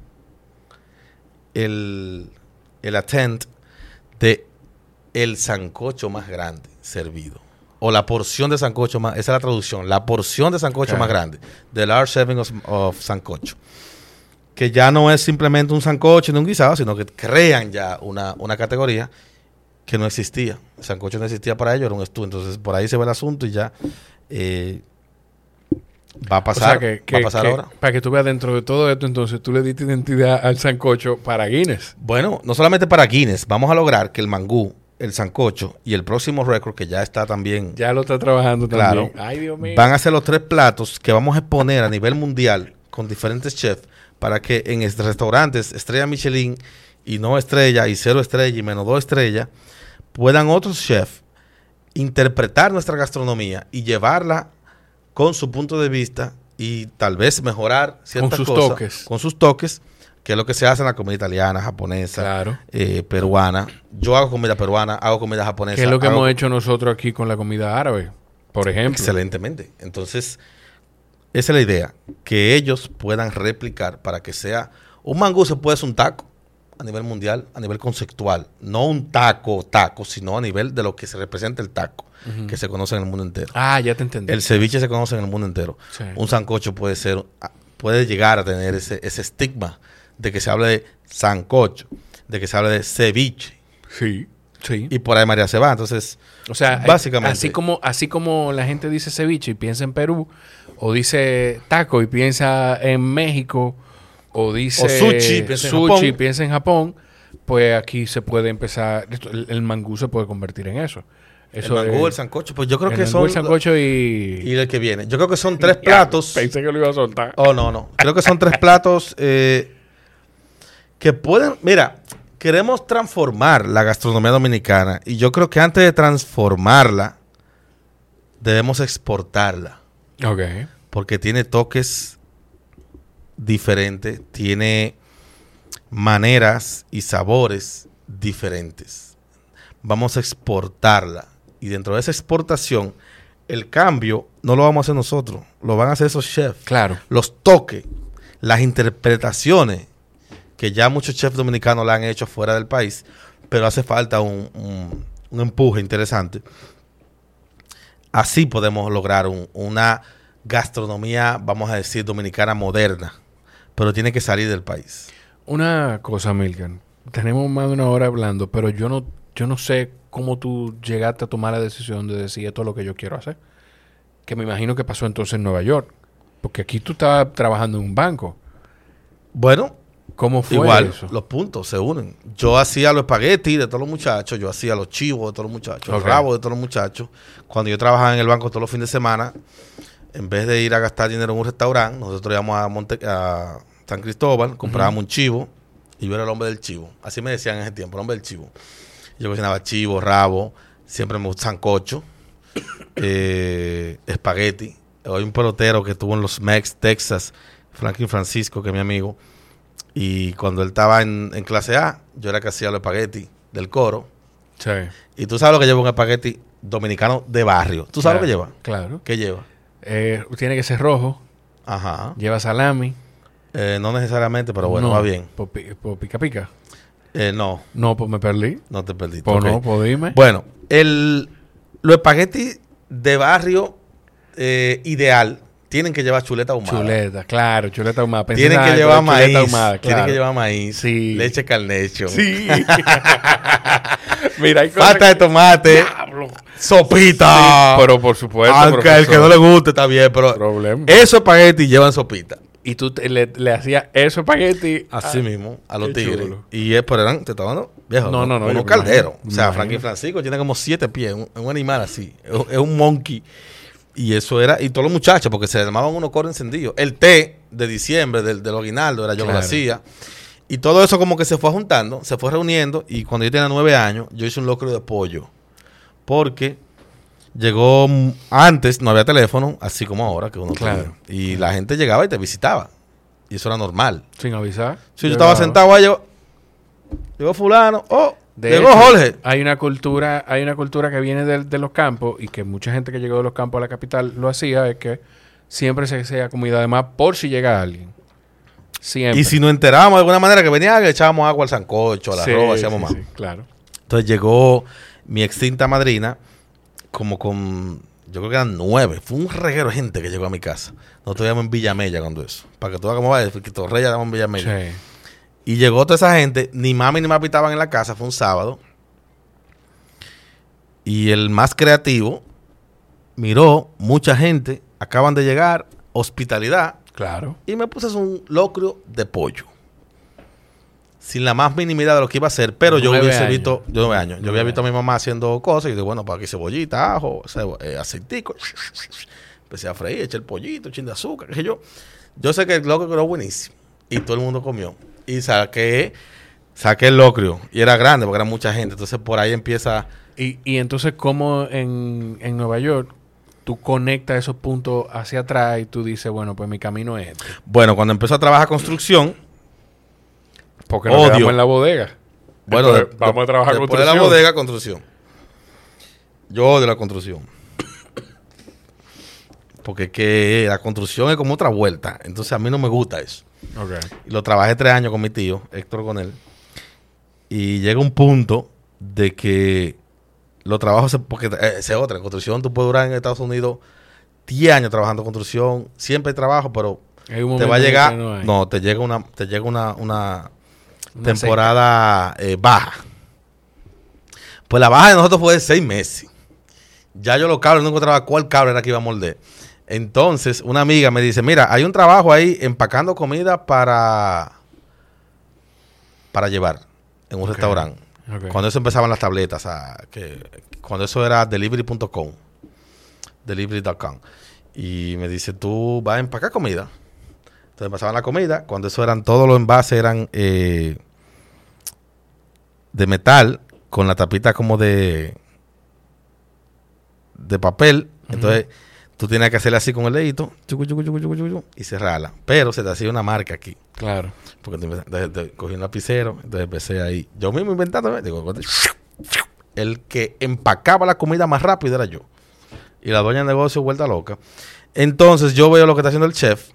el attempt de el sancocho más grande servido. O la porción de sancocho más, esa es la traducción, la porción de sancocho más grande, the large serving of sancocho, que ya no es simplemente un sancocho ni un guisado, sino que crean ya una categoría que no existía. El sancocho no existía para ellos, era un stew. Entonces por ahí se va el asunto y ya va a pasar, o sea va a pasar ahora. Para que tú veas, dentro de todo esto, entonces tú le diste identidad al sancocho para Guinness. Bueno, no solamente para Guinness, vamos a lograr que el mangú, el sancocho y el próximo récord, que ya está también. Ya lo está trabajando claro, también. Ay, Dios mío. Van a ser los 3 platos que vamos a exponer a nivel mundial con diferentes chefs para que en restaurantes estrella Michelin y no estrella y 0 estrella y menos 2 estrellas puedan otros chefs interpretar nuestra gastronomía y llevarla con su punto de vista y tal vez mejorar ciertas cosas con sus toques, que es lo que se hace en la comida italiana, japonesa, claro, peruana. Yo hago comida peruana, hago comida japonesa. ¿Qué es lo que hemos hecho nosotros aquí con la comida árabe, por ejemplo? Excelentemente. Entonces, esa es la idea, que ellos puedan replicar para que sea... Un mangú se puede hacer un taco a nivel mundial, a nivel conceptual. No un taco, sino a nivel de lo que se representa el taco, que se conoce en el mundo entero. Ah, ya te entendí. El ceviche se conoce en el mundo entero. Sí. Un sancocho puede llegar a tener ese estigma de que se hable de sancocho, de que se hable de ceviche. Sí, sí. Y por ahí María se va. Entonces, o sea, básicamente... Así como la gente dice ceviche y piensa en Perú, o dice taco y piensa en México, o dice sushi y piensa en Japón, pues aquí se puede empezar... El mangú se puede convertir en eso. El mangú, el sancocho, pues yo creo que son... El sancocho y el que viene. Yo creo que son 3 platos... Pensé que lo iba a soltar. Oh, no. Creo que son 3 platos... que pueden, mira, queremos transformar la gastronomía dominicana y yo creo que antes de transformarla debemos exportarla. Ok. Porque tiene toques diferentes, tiene maneras y sabores diferentes. Vamos a exportarla y dentro de esa exportación el cambio no lo vamos a hacer nosotros, lo van a hacer esos chefs. Claro. Los toques, las interpretaciones que ya muchos chefs dominicanos la han hecho fuera del país, pero hace falta un empuje interesante. Así podemos lograr una gastronomía, vamos a decir, dominicana moderna, pero tiene que salir del país. Una cosa, Milkan, tenemos más de 1 hora hablando, pero yo no yo no sé cómo tú llegaste a tomar la decisión de decir esto es lo que yo quiero hacer. Que me imagino que pasó entonces en Nueva York. Porque aquí tú estabas trabajando en un banco. Bueno, ¿Cómo fue igual, eso? los puntos se unen. Yo hacía los espaguetis de todos los muchachos, yo hacía los chivos de todos los muchachos, los rabos de todos los muchachos. Cuando yo trabajaba en el banco todos los fines de semana, en vez de ir a gastar dinero en un restaurante, nosotros íbamos a San Cristóbal, comprábamos un chivo y yo era el hombre del chivo. Así me decían en ese tiempo, el hombre del chivo. Yo cocinaba chivo, rabo, siempre me gustaba sancocho, espagueti. Hay un pelotero que estuvo en los Mex, Texas, Franklin Francisco, que es mi amigo. Y cuando él estaba en clase A, yo era que hacía los espaguetis del coro. Sí. Y tú sabes lo que lleva un espagueti dominicano de barrio. ¿Tú sabes lo que lleva? Claro. ¿Qué lleva? Tiene que ser rojo. Ajá. Lleva salami. No necesariamente, pero bueno, No. va bien. ¿Por pica pica? No, No, pues me perdí. no te perdiste. Pues Ok. no, pues dime. Bueno, los espaguetis de barrio ideal tienen que llevar chuleta ahumada. Chuleta, claro, chuleta ahumada. Pensé Tienen en que algo llevar de chuleta maíz. ahumada, Tienen claro. que llevar maíz. Sí. Leche Carnation. Sí. Mira, hay cosas Pasta de tomate. Diablo. Sopita. Sí, pero por supuesto, Aunque al que no le guste está bien, pero Problema. esos espaguetis llevan sopita. Y tú le hacías eso espagueti. Así mismo, a los qué tigres. chulo. Y pero eran, te estaba dando, viejo, No, unos yo me calderos. imagino, O sea, me Franklin imagino. Francisco tiene como 7 pies, un animal así. Es un monkey. Y eso era, y todos los muchachos, porque se llamaban unos coros encendidos. El té de diciembre, del aguinaldo, era yo que lo Claro. hacía. Y todo eso como que se fue juntando, se fue reuniendo. Y cuando yo tenía 9 años, yo hice un locro de pollo. Porque llegó, antes no había teléfono, así como ahora, que uno Claro. tiene. Y la gente llegaba y te visitaba. Y eso era normal. Sin avisar. Si yo estaba sentado ahí, llegó fulano, De llegó hecho, Jorge. Hay una cultura que viene de los campos y que mucha gente que llegó de los campos a la capital lo hacía, es que siempre se hacía comida de más por si llega alguien. Siempre. Y si nos enterábamos de alguna manera que venía, le echábamos agua al sancocho, al arroz, hacíamos más. Sí, claro. Entonces llegó mi extinta madrina, como con, yo creo que eran 9. Fue un reguero de gente que llegó a mi casa. Nosotros vivíamos en Villamella cuando eso. Para que tú veas cómo va, que Torreya estábamos en Villamella. Sí. Y llegó toda esa gente, ni mami ni papi estaban en la casa, fue un sábado. Y el más creativo miró, mucha gente, acaban de llegar, hospitalidad, Claro. y me puse a hacer un locrio de pollo. Sin la más minimidad de lo que iba a hacer, pero yo 9 hubiese años. visto, yo 9 años, yo 9 había visto a mi mamá haciendo cosas y digo, bueno, pues aquí cebollita, ajo, aceitico. Empecé a freír, eché el pollito, chin de azúcar, qué sé yo. Yo sé que el locrio quedó buenísimo y todo el mundo comió. Y saqué el locrio y era grande porque era mucha gente. Entonces por ahí empieza. Y entonces, ¿cómo en Nueva York tú conectas esos puntos hacia atrás y tú dices, bueno, pues mi camino es este? Bueno, cuando empezó a trabajar construcción, Porque nos Odio. quedamos en la bodega. bueno, Entonces, vamos a trabajar después construcción. de la bodega, construcción. Yo odio la construcción. Porque que la construcción es como otra vuelta. Entonces a mí no me gusta eso. Ok. Y lo trabajé 3 años con mi tío, Héctor Gonel. Y llega un punto de que los trabajos, porque esa es otra, en construcción tú puedes durar en Estados Unidos 10 años trabajando en construcción, siempre hay trabajo, pero Hay un te momento va a en el llegar, que no hay. no, te llega una Una temporada baja. Pues la baja de nosotros fue de 6 meses. Ya yo los cables no encontraba cuál cable era que iba a morder. Entonces, una amiga me dice, mira, hay un trabajo ahí empacando comida para llevar en un restaurante. Ok. Cuando eso empezaban las tabletas, cuando eso era delivery.com, delivery.com. Y me dice, tú vas a empacar comida. Entonces pasaban la comida, cuando eso eran, todos los envases eran de metal, con la tapita como de papel. Entonces tú tienes que hacerle así con el dedito, chucu, chucu, chucu, chucu, chucu, y cerrarla. Pero se te hacía una marca aquí. Claro. Porque cogí un lapicero, entonces empecé ahí. Yo mismo inventando, digo, el que empacaba la comida más rápido era yo. Y la dueña de negocio vuelta loca. Entonces yo veo lo que está haciendo el chef.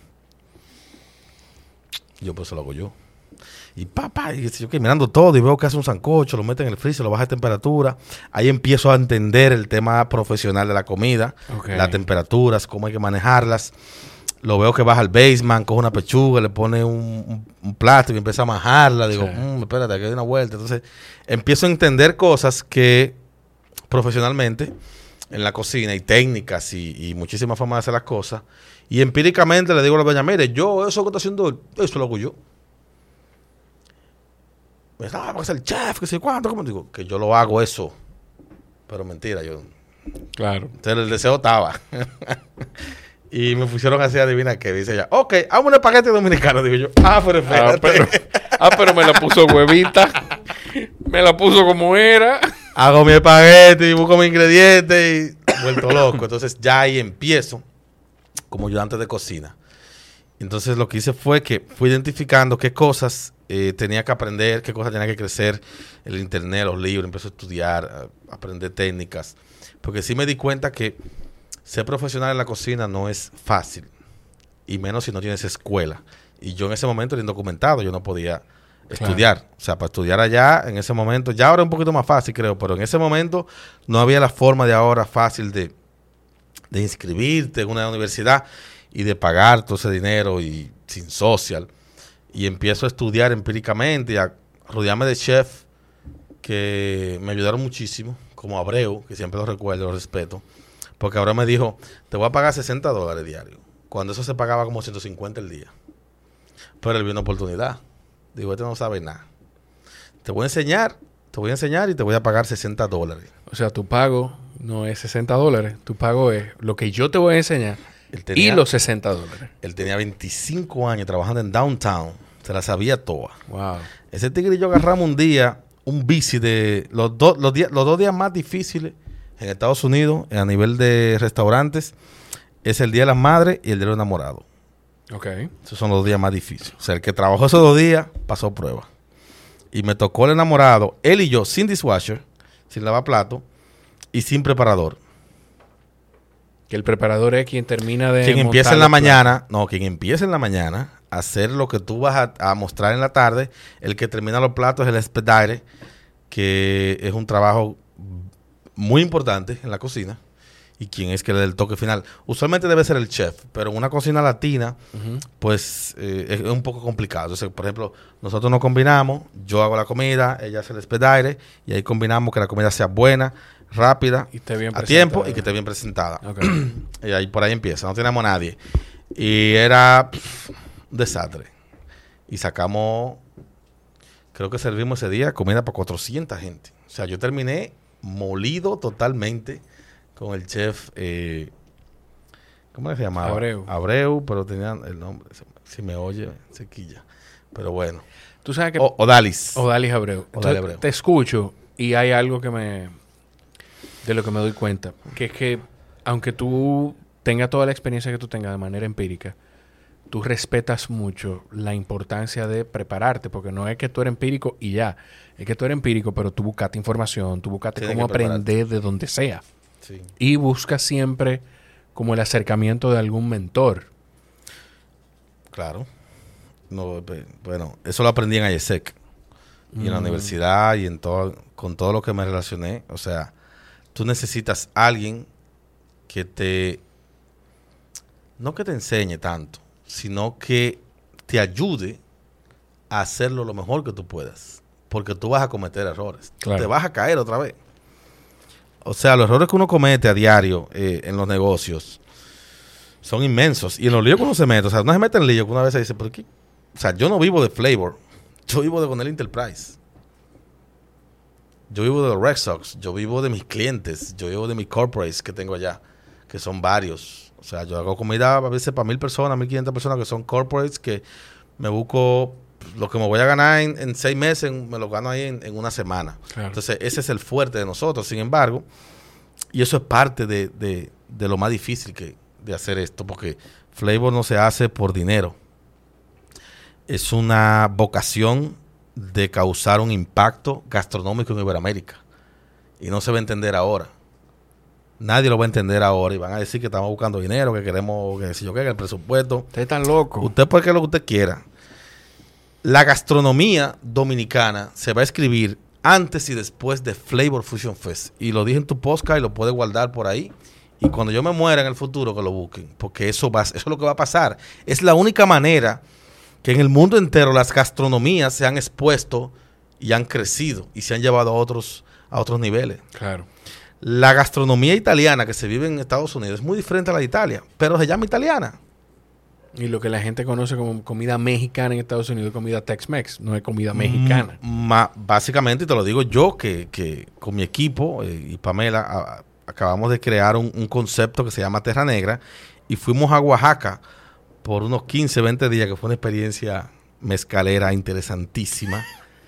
Yo pues eso lo hago yo. Y papá, y yo que mirando todo y veo que hace un sancocho, lo mete en el freezer, lo baja de temperatura. Ahí empiezo a entender el tema profesional de la comida, Ok. las temperaturas, cómo hay que manejarlas. Lo veo que baja al basement, coge una pechuga, le pone un plástico y empieza a majarla. Digo, Sí. espérate, que hay una vuelta. Entonces, empiezo a entender cosas que profesionalmente en la cocina y técnicas y muchísimas formas de hacer las cosas. Y empíricamente le digo a la doña, mire, yo eso que está haciendo, él, eso lo hago yo. Me dice, porque es el chef, que sé cuánto. ¿Cómo? Digo, que yo lo hago eso. Pero mentira, yo... Claro. Entonces el deseo estaba. Y me pusieron así, adivina qué. Dice ella, ok, hazme un espagueti dominicano. Digo yo, pero espérate. Pero me la puso huevita. Me la puso como era. Hago mi espagueti, busco mis ingredientes y vuelto loco. Entonces ya ahí empiezo como ayudante de cocina. Entonces lo que hice fue que fui identificando qué cosas tenía que aprender, qué cosas tenía que crecer, el internet, los libros, empecé a estudiar, a aprender técnicas. Porque sí me di cuenta que ser profesional en la cocina no es fácil, y menos si no tienes escuela. Y yo en ese momento era indocumentado, yo no podía estudiar. O sea, para estudiar allá, en ese momento, ya ahora es un poquito más fácil, creo, pero en ese momento no había la forma de ahora fácil de inscribirte en una universidad y de pagar todo ese dinero y sin social. Y empiezo a estudiar empíricamente y a rodearme de chefs que me ayudaron muchísimo, como Abreu, que siempre lo recuerdo, lo respeto. Porque ahora me dijo, te voy a pagar $60 diario. Cuando eso se pagaba como 150 el día. Pero él vio una oportunidad. Digo, este no sabe nada. Te voy a enseñar y te voy a pagar $60. O sea, tu pago no es $60. Tu pago es lo que yo te voy a enseñar y los $60. Él tenía 25 años trabajando en Downtown. Se la sabía toda. Wow. Ese tigre y yo agarramos un día, un bici de los dos días más difíciles en Estados Unidos a nivel de restaurantes. Es el Día de las Madres y el Día de los Enamorados. Ok. Esos son los días más difíciles. O sea, el que trabajó esos 2 días pasó prueba. Y me tocó el enamorado, él y yo, sin dishwasher, sin lavaplato y sin preparador. Que el preparador es quien termina de... Quien empieza montar en la el plato. mañana, quien empieza en la mañana a hacer lo que tú vas a mostrar en la tarde. El que termina los platos es el expedite, que es un trabajo muy importante en la cocina. Y quien es que le da el toque final. Usualmente debe ser el chef, pero en una cocina latina, pues es un poco complicado. Entonces, por ejemplo, nosotros nos combinamos, yo hago la comida, ella hace el expedite, y ahí combinamos que la comida sea buena, rápida, Y esté bien a tiempo presentada. y que esté bien presentada. Okay. Y ahí por ahí empieza, no teníamos a nadie. Y era un desastre. Y sacamos, creo que servimos ese día comida para 400 gente. O sea, yo terminé molido totalmente con el chef, ¿cómo se llamaba? Abreu, pero tenía el nombre, si me oye, se quilla. Pero bueno. Tú sabes que... Odalis. Odalis Abreu. Odalis Abreu. Te escucho y hay algo de lo que me doy cuenta, que es que aunque tú tengas toda la experiencia que tú tengas de manera empírica, tú respetas mucho la importancia de prepararte, porque no es que tú eres empírico y ya, es que tú eres empírico, pero tú buscaste información, tú buscaste Tienes cómo que prepararte. aprender de donde sea. Sí. Y buscas siempre como el acercamiento de algún mentor. Claro. No, bueno, eso lo aprendí en IESEC. Y en la universidad y con todo lo que me relacioné. O sea, tú necesitas a alguien que no que te enseñe tanto, sino que te ayude a hacerlo lo mejor que tú puedas. Porque tú vas a cometer errores. Claro. Te vas a caer otra vez. O sea, los errores que uno comete a diario en los negocios son inmensos. Y en los líos que uno se mete, o sea, uno se mete en líos que una vez se dice, ¿por qué? O sea, yo no vivo de Flavor. Yo vivo de Gonel Enterprise. Yo vivo de los Red Sox. Yo vivo de mis clientes. Yo vivo de mis corporates que tengo allá, que son varios. O sea, yo hago comida a veces para 1,000 personas, 1,500 personas que son corporates, que me busco lo que me voy a ganar en 6 meses, me lo gano ahí en una semana. Claro. Entonces, ese es el fuerte de nosotros. Sin embargo, y eso es parte de lo más difícil de hacer esto, porque Flavor no se hace por dinero. Es una vocación de causar un impacto gastronómico en Iberoamérica. Y no se va a entender ahora. Nadie lo va a entender ahora y van a decir que estamos buscando dinero, que queremos, que si yo que el presupuesto. Usted es tan loco. Usted puede querer lo que usted quiera. La gastronomía dominicana se va a escribir antes y después de Flavor Fusion Fest. Y lo dije en tu podcast y lo puedes guardar por ahí Y cuando yo me muera en el futuro, que lo busquen, porque eso es lo que va a pasar. Es la única manera que en el mundo entero las gastronomías se han expuesto y han crecido y se han llevado a otros niveles. Claro. La gastronomía italiana que se vive en Estados Unidos es muy diferente a la de Italia, pero se llama italiana. Y lo que la gente conoce como comida mexicana en Estados Unidos es comida Tex-Mex, no es comida mexicana. Básicamente, y te lo digo yo, que con mi equipo y Pamela acabamos de crear un concepto que se llama Terra Negra y fuimos a Oaxaca por unos 15, 20 días, que fue una experiencia mezcalera interesantísima.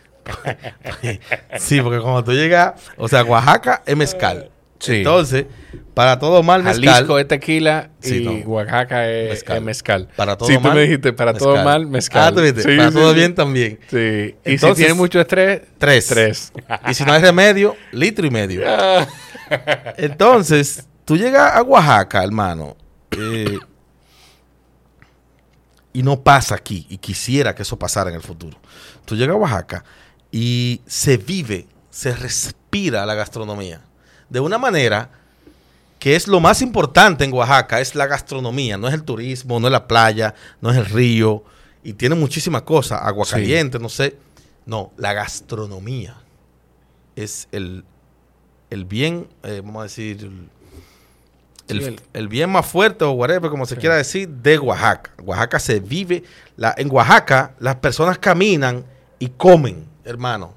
Sí, porque cuando tú llegas, o sea, Oaxaca es mezcal. Sí. Entonces, para todo mal mezcal. Jalisco es tequila Sí, y no. Oaxaca es mezcal. Para todo sí, mal, tú me dijiste, para mezcal. todo mal, mezcal. tú viste, Sí, para sí, todo sí. bien también. Sí. Y Entonces, si tiene mucho estrés, 3. Y si no hay remedio, 1,5 litros. Entonces, tú llegas a Oaxaca, hermano, y no pasa aquí, y quisiera que eso pasara en el futuro. Tú llegas a Oaxaca y se vive, se respira la gastronomía de una manera que es lo más importante en Oaxaca, es la gastronomía, no es el turismo, no es la playa, no es el río, y tiene muchísimas cosas, agua caliente, no sé. No, la gastronomía es el bien, vamos a decir, el bien más fuerte o whatever, como se quiera decir, de Oaxaca. Oaxaca se vive, en Oaxaca las personas caminan y comen, hermano.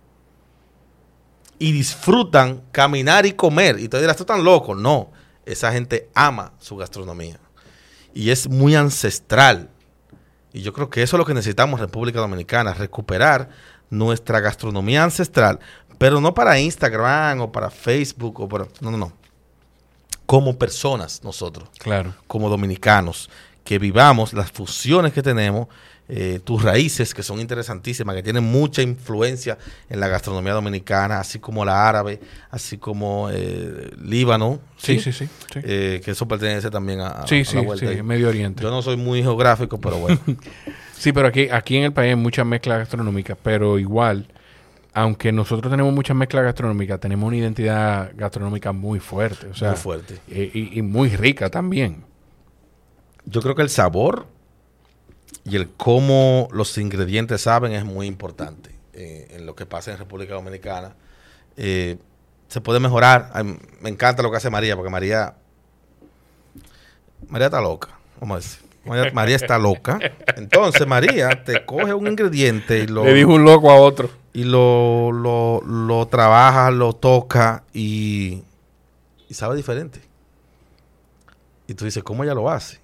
Y disfrutan caminar y comer. Y te dirás, ¿tú estás loco? No, esa gente ama su gastronomía. Y es muy ancestral. Y yo creo que eso es lo que necesitamos en República Dominicana, recuperar nuestra gastronomía ancestral, pero no para Instagram o para Facebook o para... No. Como personas nosotros, claro, como dominicanos, que vivamos las fusiones que tenemos, tus raíces que son interesantísimas, que tienen mucha influencia en la gastronomía dominicana, así como la árabe, así como Líbano. Sí. Que eso pertenece también a la vuelta. Sí, Medio Oriente. Yo no soy muy geográfico, pero bueno. Sí, pero aquí en el país hay mucha mezcla gastronómica, pero igual, aunque nosotros tenemos mucha mezcla gastronómica, tenemos una identidad gastronómica muy fuerte. O sea, muy fuerte. Y muy rica también. Yo creo que el sabor y el cómo los ingredientes saben es muy importante en lo que pasa en República Dominicana. Se puede mejorar. Me encanta lo que hace María, porque María está loca, vamos a decir. María está loca. Entonces María te coge un ingrediente y le dijo un loco a otro. Y lo trabaja, lo toca y sabe diferente. Y tú dices, ¿cómo ella lo hace?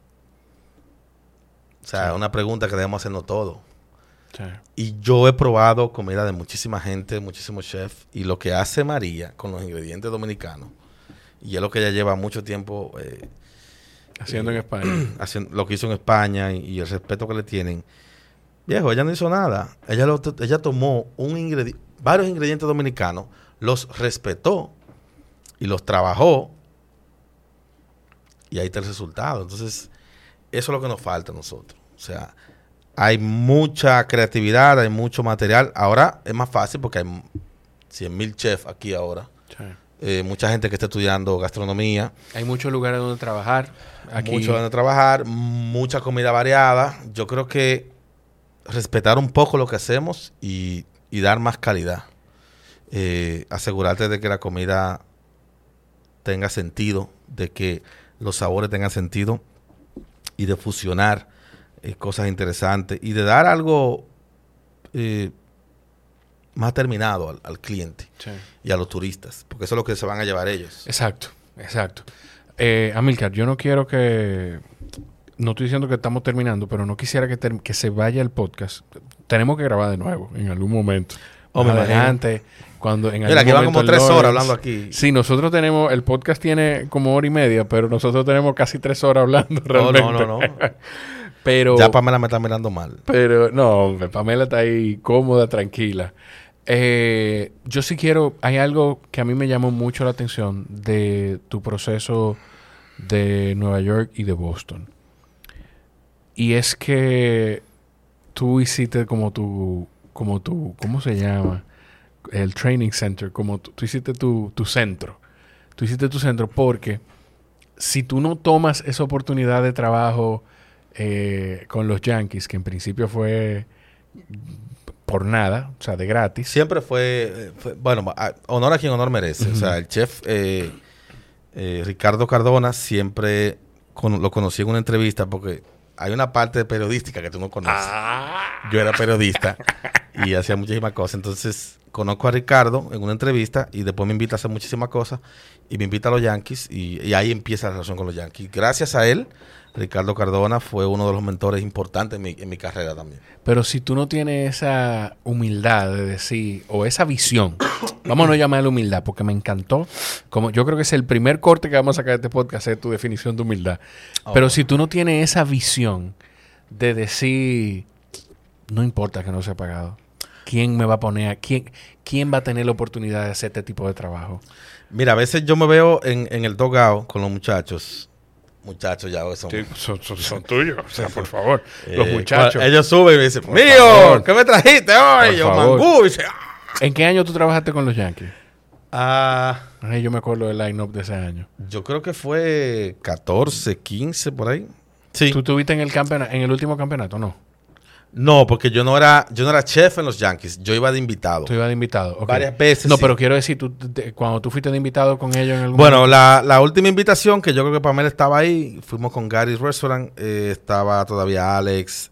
O sea, es una pregunta que debemos hacernos todos. Sí. Y yo he probado comida de muchísima gente, muchísimos chefs, y lo que hace María con los ingredientes dominicanos, y es lo que ella lleva mucho tiempo haciendo en España. Lo que hizo en España y el respeto que le tienen. Viejo, ella no hizo nada. Ella tomó varios ingredientes dominicanos, los respetó y los trabajó, y ahí está el resultado. Entonces, eso es lo que nos falta a nosotros. O sea, hay mucha creatividad, hay mucho material. Ahora es más fácil porque hay 100,000 chefs aquí ahora. Sí. Mucha gente que está estudiando gastronomía. Hay muchos lugares donde trabajar. Mucha comida variada. Yo creo que respetar un poco lo que hacemos y dar más calidad. Asegurarte de que la comida tenga sentido, de que los sabores tengan sentido, y de fusionar cosas interesantes y de dar algo más terminado al cliente, sí, y a los turistas, porque eso es lo que se van a llevar ellos. Exacto. Amílcar, yo no quiero que... No estoy diciendo que estamos terminando, pero no quisiera que se vaya el podcast. Tenemos que grabar de nuevo en algún momento. Más adelante, cuando en Mira, aquí van como 3 horas hablando aquí. Sí, nosotros tenemos... El podcast tiene como 1:30, pero nosotros tenemos casi 3 horas hablando realmente. No. Pero... Ya Pamela me está mirando mal. Pero no, Pamela está ahí cómoda, tranquila. Yo sí quiero... Hay algo que a mí me llamó mucho la atención de tu proceso de Nueva York y de Boston. Y es que tú hiciste como tu ¿cómo se llama? El training center, como tú hiciste tu centro. Tú hiciste tu centro porque si tú no tomas esa oportunidad de trabajo con los Yankees, que en principio fue por nada, o sea, de gratis. Siempre fue bueno, honor a quien honor merece. O sea, el chef Ricardo Cardona siempre lo conocí en una entrevista porque hay una parte periodística que tú no conoces. Yo era periodista y hacía muchísimas cosas. Entonces, conozco a Ricardo en una entrevista y después me invita a hacer muchísimas cosas y me invita a los Yankees y ahí empieza la relación con los Yankees. Gracias a él, Ricardo Cardona fue uno de los mentores importantes en mi carrera también. Pero si tú no tienes esa humildad de decir, o esa visión, vamos a no llamarle humildad, porque me encantó, como yo creo que es el primer corte que vamos a sacar de este podcast, es tu definición de humildad. Pero si tú no tienes esa visión de decir, no importa que no sea pagado, ¿quién me va a poner, quién va a tener la oportunidad de hacer este tipo de trabajo? Mira, a veces yo me veo en el dugout con los muchachos. Muchachos ya son, sí, son tuyos, o sea, por favor. Los muchachos. Ellos suben y me dicen, mío, ¿qué me trajiste hoy? Yo, mangú. Y dice, ¿En qué año tú trabajaste con los Yankees? Yo me acuerdo del line-up de ese año. Yo creo que fue 14, 15, por ahí. Sí. ¿Tú estuviste en el último campeonato, no? No, porque yo no era chef en los Yankees. Yo iba de invitado. Tú ibas de invitado. Okay. Varias veces. No, sí. Pero quiero decir, cuando tú fuiste de invitado con ellos en algún momento. Bueno, la última invitación, que yo creo que Pamela estaba ahí, fuimos con Gary's Restaurant. Estaba todavía Alex.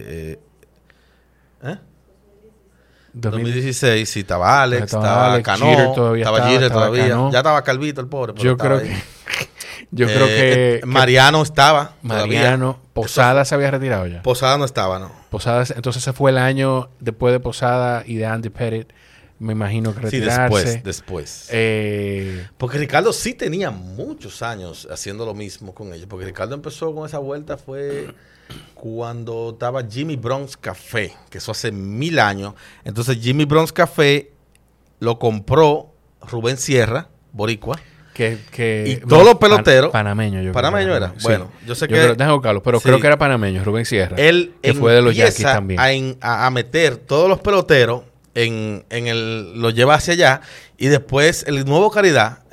2016, sí, estaba Alex, estaba Cano, estaba Jeter todavía. Cano. Ya estaba Calvito, el pobre. Yo creo que Mariano estaba. Mariano. Todavía. Posada se había retirado ya. Posada no estaba, ¿no? Posada, entonces ese fue el año después de Posada y de Andy Pettitte. Me imagino que retirarse. Sí, después. Porque Ricardo sí tenía muchos años haciendo lo mismo con ellos. Porque Ricardo empezó con esa vuelta fue cuando estaba Jimmy Bronx Café, que eso hace 1000 años. Entonces Jimmy Bronx Café lo compró Rubén Sierra, boricua. Y todos los peloteros. Panameño, yo Panameño creo era. Sí. Bueno, yo sé que. Déjame buscarlo, pero sí. Creo que era panameño, Rubén Sierra. Él que fue de los Yankees también. A meter todos los peloteros lo lleva hacia allá. Y después el Nuevo Caridad,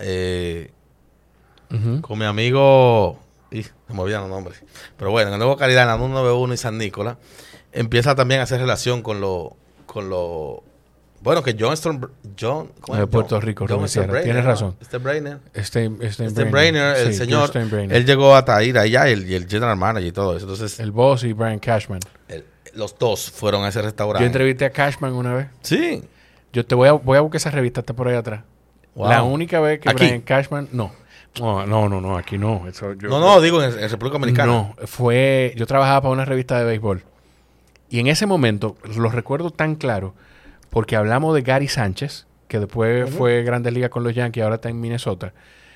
con mi amigo. Se me olvidan los nombres. Pero bueno, en el Nuevo Caridad, en la 191 y San Nicolás, empieza también a hacer relación con lo. Bueno, que John de Puerto Rico, Rubén Sierra. Tienes razón. Steinbrenner, el sí, señor, él llegó a ir allá y el general manager y todo eso. Entonces, el boss y Brian Cashman. Los dos fueron a ese restaurante. Yo entrevisté a Cashman una vez. Sí. Yo voy a buscar esa revista, está por ahí atrás. Wow. La única vez que ¿Aquí? Brian Cashman... No, aquí no. Digo en República Dominicana. No, yo trabajaba para una revista de béisbol. Y en ese momento, lo recuerdo tan claro... Porque hablamos de Gary Sánchez, que después fue Grandes Ligas con los Yankees, ahora está en Minnesota.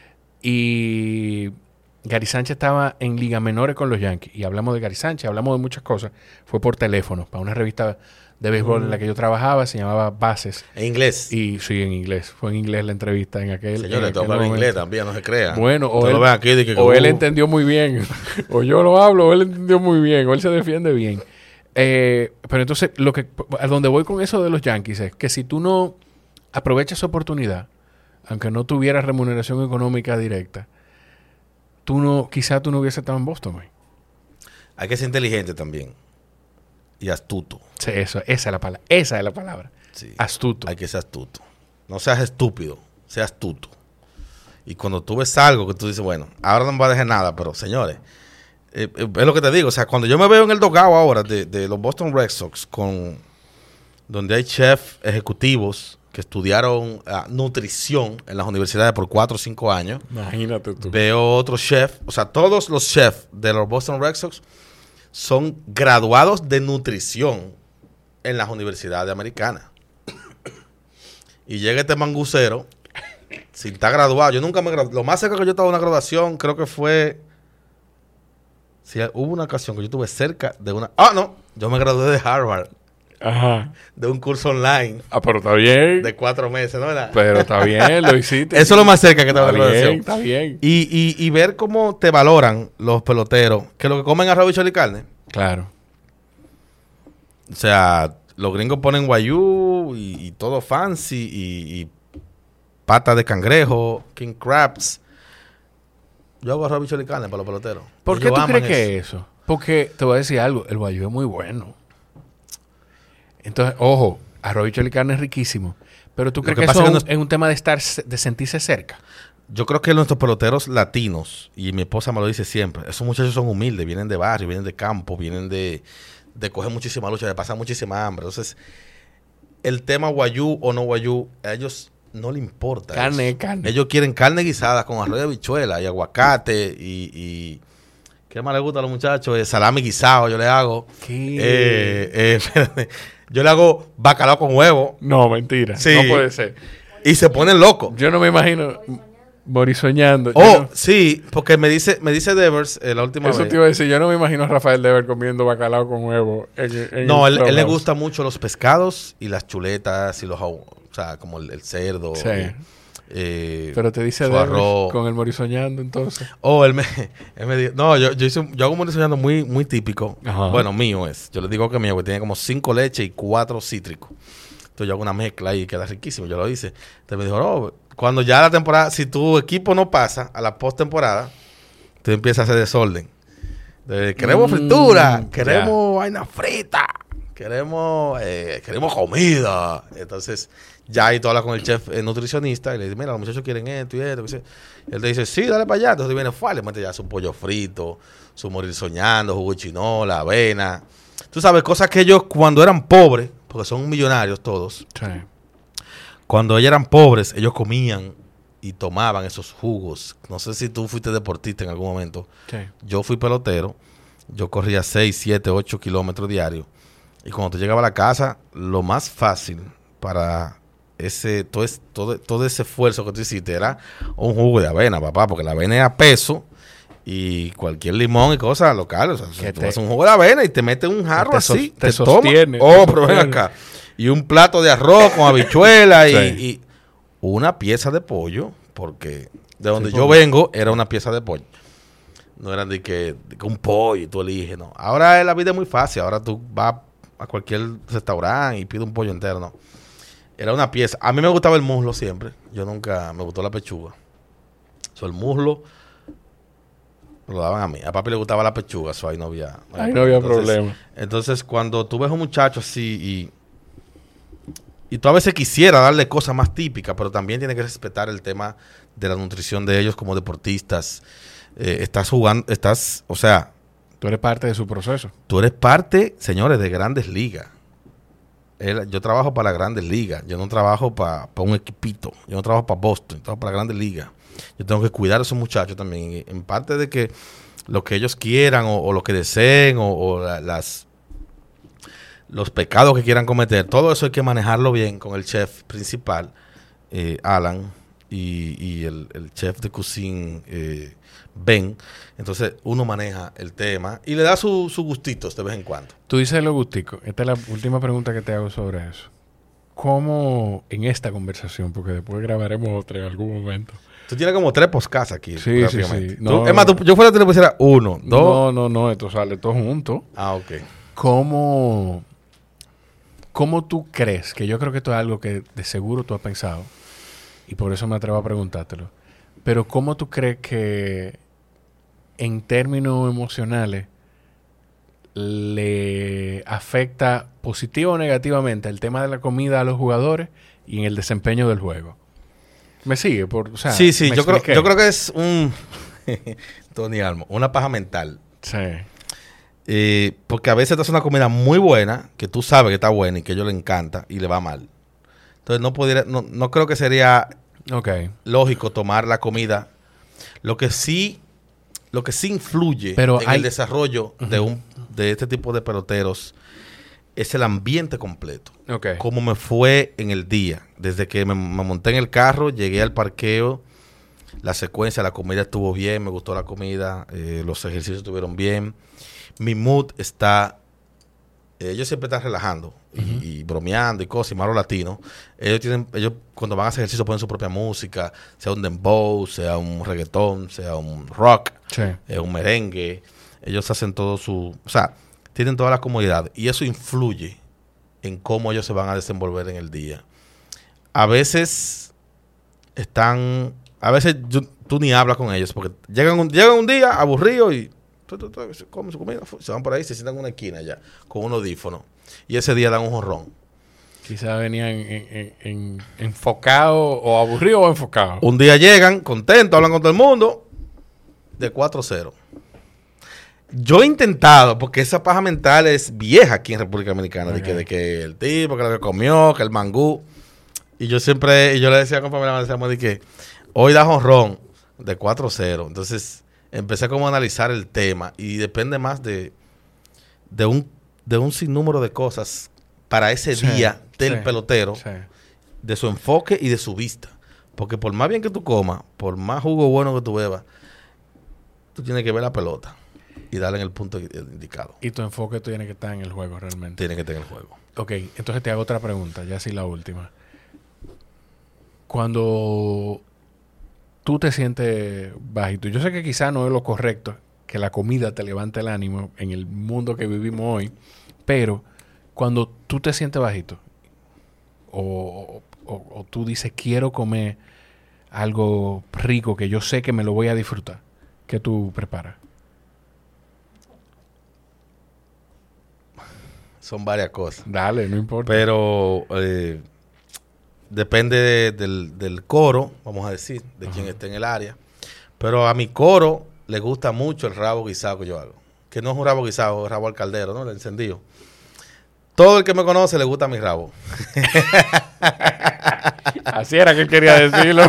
Y Gary Sánchez estaba en Liga Menores con los Yankees. Y hablamos de Gary Sánchez, hablamos de muchas cosas. Fue por teléfono, para una revista de béisbol en la que yo trabajaba, se llamaba Bases. ¿En inglés? Y sí, en inglés. Fue en inglés la entrevista en aquel. Señores, tú hablas inglés también, no se crean. Bueno, él entendió muy bien. O yo lo hablo, o él entendió muy bien, o él se defiende bien. Pero entonces, a donde voy con eso de los Yankees es que si tú no aprovechas esa oportunidad, aunque no tuvieras remuneración económica directa, quizás tú no hubieses estado en Boston hoy. Hay que ser inteligente también. Y astuto. Sí, esa es la palabra. Esa es la palabra. Sí. Astuto. Hay que ser astuto. No seas estúpido, sea astuto. Y cuando tú ves algo que tú dices, bueno, ahora no me va a dejar nada, pero señores, es lo que te digo. O sea, cuando yo me veo en el dugout ahora de los Boston Red Sox, donde hay chefs ejecutivos que estudiaron nutrición en las universidades por 4 o 5 años. Imagínate tú. Veo otros chefs, o sea, todos los chefs de los Boston Red Sox son graduados de nutrición en las universidades americanas. Y llega este mangucero sin estar graduado. Yo nunca me gradué. Lo más cerca que yo estaba de una graduación creo que fue... Sí, hubo una ocasión que yo estuve cerca de una... no. Yo me gradué de Harvard. Ajá. De un curso online. Pero está bien. De 4 meses, ¿no? Pero está bien, lo hiciste. Eso es lo más cerca que estaba de la graduación. Está bien. Y ver cómo te valoran los peloteros, que lo que comen arroz, bichuela y carne. Claro. O sea, los gringos ponen guayú y todo fancy y pata de cangrejo, king crabs. Yo hago arroz, bichuela y carne para los peloteros. ¿Por qué Ellos tú aman crees que es eso? Porque te voy a decir algo, el guayú es muy bueno. Entonces, ojo, arroz, bichuela y carne es riquísimo. Pero tú crees que eso es un tema de sentirse cerca. Yo creo que nuestros peloteros latinos, y mi esposa me lo dice siempre, esos muchachos son humildes, vienen de barrio, vienen de campo, vienen de coger muchísima lucha, de pasar muchísima hambre. Entonces, el tema guayú o no guayú, a ellos no le importa. Carne. Ellos quieren carne guisada con arroz de habichuela y aguacate y ¿qué más les gusta a los muchachos? Salami guisado yo le hago. Yo le hago bacalao con huevo. No, mentira. Sí. No puede ser. Y se ponen locos. Yo no me imagino morisoñando. Sí, porque me dice Devers la última vez. Eso te iba a decir. Yo no me imagino a Rafael Devers comiendo bacalao con huevo. No, él le gusta mucho los pescados y las chuletas y o sea, como el cerdo. Sí. Pero te dice Devers arroz. Con el morisoñando, entonces. Él me dijo, no, yo hago un morisoñando muy, muy típico. Ajá. Bueno, mío es. Yo le digo que mío, que tiene como 5 leches y 4 cítricos. Entonces yo hago una mezcla y queda riquísimo. Yo lo hice. Entonces me dijo, no, cuando ya la temporada, si tu equipo no pasa a la postemporada, tú empiezas a hacer desorden. Queremos fritura, queremos vaina frita, queremos comida. Entonces ya ahí tú hablas con el chef nutricionista y le dices, mira, los muchachos quieren esto y esto. Él te dice, sí, dale para allá. Entonces viene le mete ya su pollo frito, su morir soñando, jugo de chinola, avena. Tú sabes, cosas que ellos cuando eran pobres, porque son millonarios todos. Sí. Cuando ellos eran pobres, ellos comían y tomaban esos jugos. No sé si tú fuiste deportista en algún momento. Sí. Yo fui pelotero. Yo corría 6, 7, 8 kilómetros diarios. Y cuando tú llegabas a la casa, lo más fácil para todo ese esfuerzo que tú hiciste era un jugo de avena, papá, porque la avena era peso. Y cualquier limón y cosas locales. O sea, tú haces un jugo de avena y te metes un jarro así. Te sostiene. Pero ven acá. Y un plato de arroz con habichuela y una pieza de pollo. Porque de donde yo vengo era una pieza de pollo. No era de que un pollo y tú eliges, no. Ahora la vida es muy fácil. Ahora tú vas a cualquier restaurante y pides un pollo entero, no. Era una pieza. A mí me gustaba el muslo siempre. Yo nunca me gustó la pechuga. El muslo lo daban a mí. A papi le gustaba la pechuga, eso ahí no había problema. Entonces, cuando tú ves un muchacho así y tú a veces quisieras darle cosas más típicas, pero también tienes que respetar el tema de la nutrición de ellos como deportistas. Estás jugando, o sea... Tú eres parte de su proceso. Tú eres parte, señores, de Grandes Ligas. Yo trabajo para Grandes Ligas. Yo no trabajo para un equipito. Yo no trabajo para Boston. Yo trabajo para Grandes Ligas. Yo tengo que cuidar a esos muchachos también. En parte de que lo que ellos quieran o lo que deseen los pecados que quieran cometer, todo eso hay que manejarlo bien con el chef principal, Alan, y el chef de cocina, Ben. Entonces uno maneja el tema y le da sus gustitos de vez en cuando. Tú dices los gusticos. Esta es la última pregunta que te hago sobre eso. ¿Cómo en esta conversación, porque después grabaremos otra en algún momento? Tú tienes como 3 podcasts aquí. Sí. No, es más, yo fuera te le pusiera 1, 2. No, esto sale todo junto. Ah, ok. ¿Cómo tú crees? Que yo creo que esto es algo que de seguro tú has pensado. Y por eso me atrevo a preguntártelo. Pero ¿cómo tú crees que en términos emocionales le afecta positivo o negativamente el tema de la comida a los jugadores y en el desempeño del juego? ¿Me sigue? Sí, yo creo que es Tony Almo, una paja mental. Sí. Porque a veces te hace una comida muy buena, que tú sabes que está buena y que a ellos les encanta y le va mal. Entonces no creo que sería lógico tomar la comida. Lo que sí influye en el desarrollo de este tipo de peloteros es el ambiente completo. Cómo me fue en el día. Desde que me monté en el carro, llegué al parqueo, la secuencia, la comida estuvo bien, me gustó la comida, los ejercicios estuvieron bien. Mi mood está... ellos siempre están relajando y bromeando y cosas, y más los latinos. Ellos cuando van a hacer ejercicio ponen su propia música, sea un dembow, sea un reggaetón, sea un rock, un merengue. Ellos hacen todo o sea, tienen toda la comodidad y eso influye en cómo ellos se van a desenvolver en el día. A veces están a veces tú ni hablas con ellos porque llegan un día aburridos y comen su comida, se van por ahí, se sientan en una esquina ya con un audífono y ese día dan un jonrón. Quizás venían enfocados o aburridos o enfocados. Un día llegan contentos, hablan con todo el mundo de 4-0. Yo he intentado, porque esa paja mental es vieja aquí en República Dominicana, okay, de que el tipo, que lo que comió, que el mangú. Y yo le decía a Pamela, decíamos de que hoy da jonrón de 4-0. Entonces empecé como a analizar el tema y depende más de un sinnúmero de cosas para ese día del pelotero, de su enfoque y de su vista. Porque por más bien que tú comas, por más jugo bueno que tú bebas, tú tienes que ver la pelota y darle en el punto indicado. Y tu enfoque tiene que estar en el juego realmente. Tiene que estar en el juego. Ok, entonces te hago otra pregunta, ya sí la última. Cuando tú te sientes bajito, yo sé que quizá no es lo correcto que la comida te levante el ánimo en el mundo que vivimos hoy, pero cuando tú te sientes bajito o tú dices quiero comer algo rico que yo sé que me lo voy a disfrutar, ¿qué tú preparas? Son varias cosas. Dale, no importa. Pero depende del coro, vamos a decir, de quien esté en el área. Pero a mi coro le gusta mucho el rabo guisado que yo hago. Que no es un rabo guisado, es rabo al caldero, ¿no? El encendido. Todo el que me conoce le gusta mi rabo. Así era que él quería decirlo.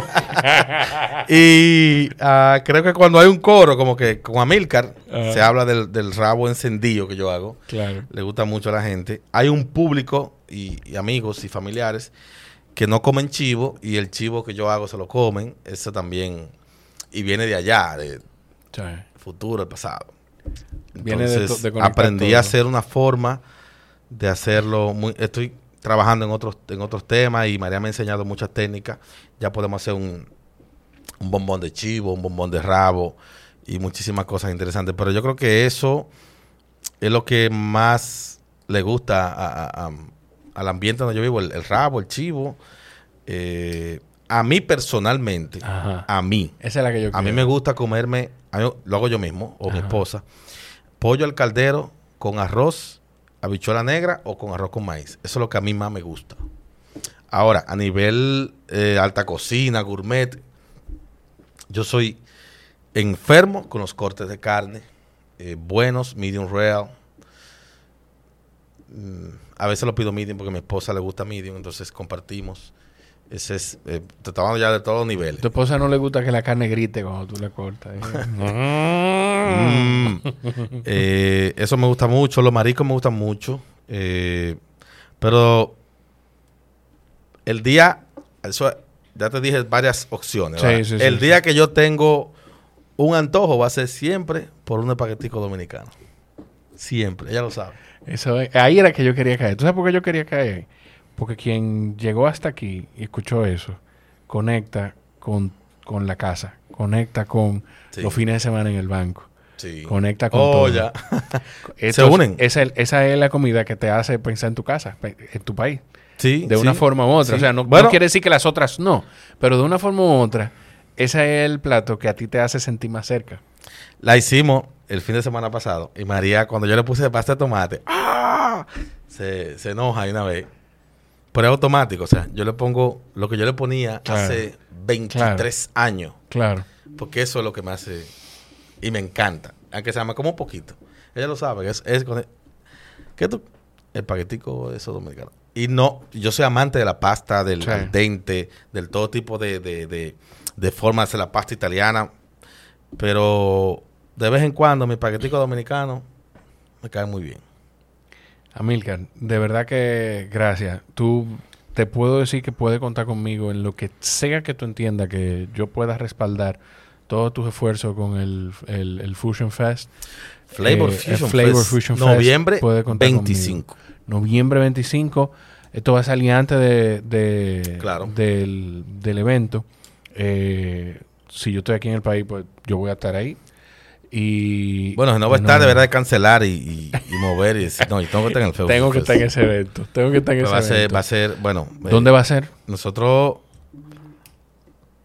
Y creo que cuando hay un coro, como que con Amílcar, se habla del rabo encendido que yo hago. Claro. Le gusta mucho a la gente. Hay un público y amigos y familiares que no comen chivo y el chivo que yo hago se lo comen. Eso también. Y viene de allá, de futuro, el pasado. Entonces, viene de aprendí todo a hacer una forma de hacerlo. Estoy trabajando en otros temas y María me ha enseñado muchas técnicas. Ya podemos hacer un bombón de chivo, un bombón de rabo y muchísimas cosas interesantes. Pero yo creo que eso es lo que más le gusta al ambiente donde yo vivo, el rabo, el chivo. A mí personalmente, Ajá. a mí. Esa es la que yo quiero. A mí me gusta comerme, lo hago yo mismo o mi esposa, pollo al caldero con arroz, habichuela negra o con arroz con maíz. Eso es lo que a mí más me gusta. Ahora, a nivel alta cocina, gourmet, yo soy enfermo con los cortes de carne, buenos, medium rare. A veces lo pido medium porque a mi esposa le gusta medium, entonces compartimos. Ese es, te estamos hablando ya de todos los niveles. ¿A tu esposa no le gusta que la carne grite cuando tú la cortas? Eso me gusta mucho. Los mariscos me gustan mucho. Pero el día, eso ya te dije varias opciones. Sí, el día que yo tengo un antojo va a ser siempre por un espaguetico dominicano. Siempre, ella lo sabe. Eso es, ahí era que yo quería caer. ¿Tú sabes por qué yo quería caer? Porque quien llegó hasta aquí y escuchó eso, conecta con la casa, conecta con los fines de semana en el banco, conecta con todo. Ya. Se unen. Esa es la comida que te hace pensar en tu casa, en tu país. Sí, de una forma u otra. O sea, no quiere decir que las otras no, pero de una forma u otra, ese es el plato que a ti te hace sentir más cerca. La hicimos el fin de semana pasado y María, cuando yo le puse pasta de tomate, se enoja de una vez. Pero es automático, o sea, yo le pongo lo que yo le ponía hace 23 años. Claro. Porque eso es lo que me hace y me encanta. Aunque se llama como un poquito. Ella lo sabe, es con el paquetico de esos dominicanos. Y no, yo soy amante de la pasta, del al dente, del todo tipo de forma de hacer la pasta italiana. Pero de vez en cuando mi paquetico dominicano me cae muy bien. Amílcar, de verdad que gracias. Tú te puedo decir que puedes contar conmigo en lo que sea que tú entiendas que yo pueda respaldar todos tus esfuerzos con el Fusion Fest. Flavor Fusion Fest. Noviembre 25. Noviembre 25. Esto va a salir antes del evento. Si yo estoy aquí en el país, pues yo voy a estar ahí. Y bueno, si no va a estar, de verdad, de cancelar y mover y decir, no, yo tengo que estar en el Facebook. Tengo que estar en ese evento. Va a ser, bueno. ¿Dónde va a ser? Nosotros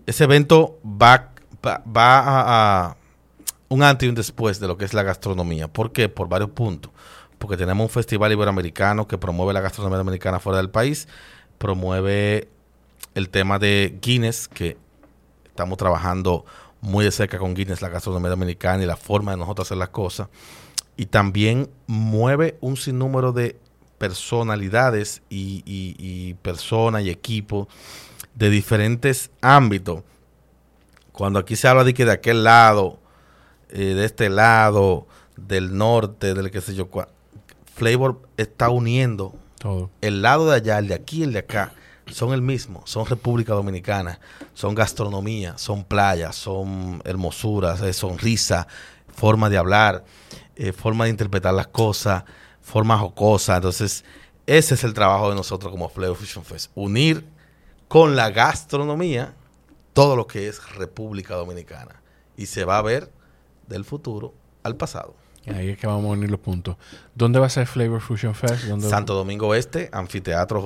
ese evento va a un antes y un después de lo que es la gastronomía. ¿Por qué? Por varios puntos. Porque tenemos un festival iberoamericano que promueve la gastronomía dominicana fuera del país, promueve el tema de Guinness, que estamos trabajando muy de cerca con Guinness, la gastronomía dominicana y la forma de nosotros hacer las cosas. Y también mueve un sinnúmero de personalidades y personas y equipos de diferentes ámbitos. Cuando aquí se habla de que de aquel lado, de este lado, del norte, del qué sé yo, Flavor está uniendo todo. El lado de allá, el de aquí, el de acá, son el mismo, son República Dominicana, son gastronomía, son playas, son hermosuras, sonrisa, forma de hablar, forma de interpretar las cosas, forma jocosa. Entonces, ese es el trabajo de nosotros como Flavor Fusion Fest, unir con la gastronomía todo lo que es República Dominicana. Y se va a ver del futuro al pasado. Ahí es que vamos a unir los puntos. ¿Dónde va a ser Flavor Fusion Fest? ¿Dónde? Santo Domingo Este, Anfiteatro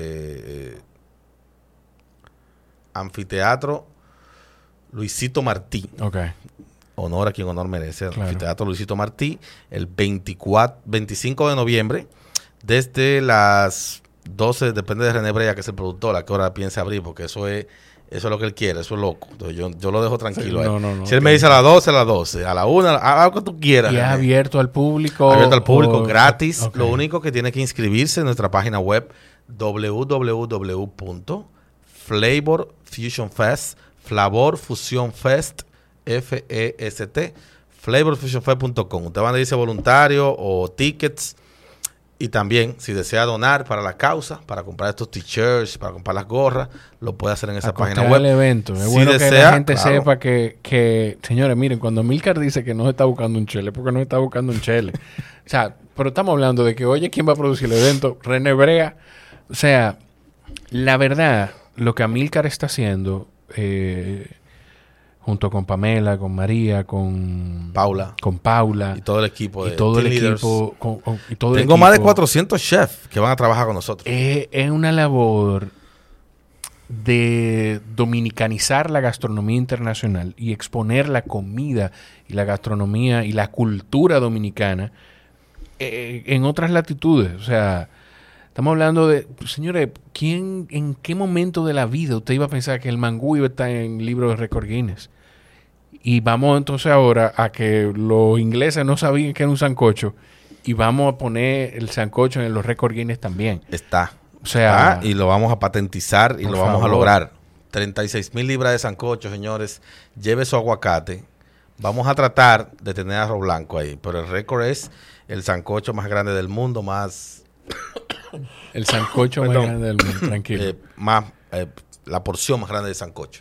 Luisito Martí. Ok. Honor a quien honor merece. Claro. Anfiteatro Luisito Martí, el 25 de noviembre, desde las 12, depende de René Brea, que es el productor, a qué hora piensa abrir, porque eso es lo que él quiere, eso es loco. Entonces yo lo dejo tranquilo. Sí, no, si él me dice a las 12, a las 12, a la 1, a lo que tú quieras. ¿Y es abierto al público? Abierto al público, gratis. Okay. Lo único que tiene que inscribirse en nuestra página web www.flavorfusionfest, flavorfusionfest.com. Usted van a irse voluntario o tickets. Y también, si desea donar para la causa, para comprar estos t-shirts, para comprar las gorras, lo puede hacer en esa página web. El evento. Es si bueno desea, que la gente claro, sepa que, señores, miren, cuando Milcar dice que no se está buscando un chele, porque no se está buscando un chele. O sea, pero estamos hablando de que, oye, ¿quién va a producir el evento? René Brea. O sea, la verdad, lo que Amílcar está haciendo, junto con Pamela, con María, con Paula y todo el equipo. Tengo más de 400 chefs que van a trabajar con nosotros. Es una labor de dominicanizar la gastronomía internacional y exponer la comida y la gastronomía y la cultura dominicana en otras latitudes. O sea, estamos hablando de, señores, ¿en qué momento de la vida usted iba a pensar que el mangú iba a estar en el libro de récord Guinness? Y vamos entonces ahora a que los ingleses no sabían que era un sancocho y vamos a poner el sancocho en los récord Guinness también. O sea, y lo vamos a patentizar y lo vamos a lograr. 36,000 libras de sancocho, señores. Lleve su aguacate. Vamos a tratar de tener arroz blanco ahí, pero el récord es el sancocho más grande del mundo, más... el sancocho más grande del mundo, tranquilo. La porción más grande de sancocho.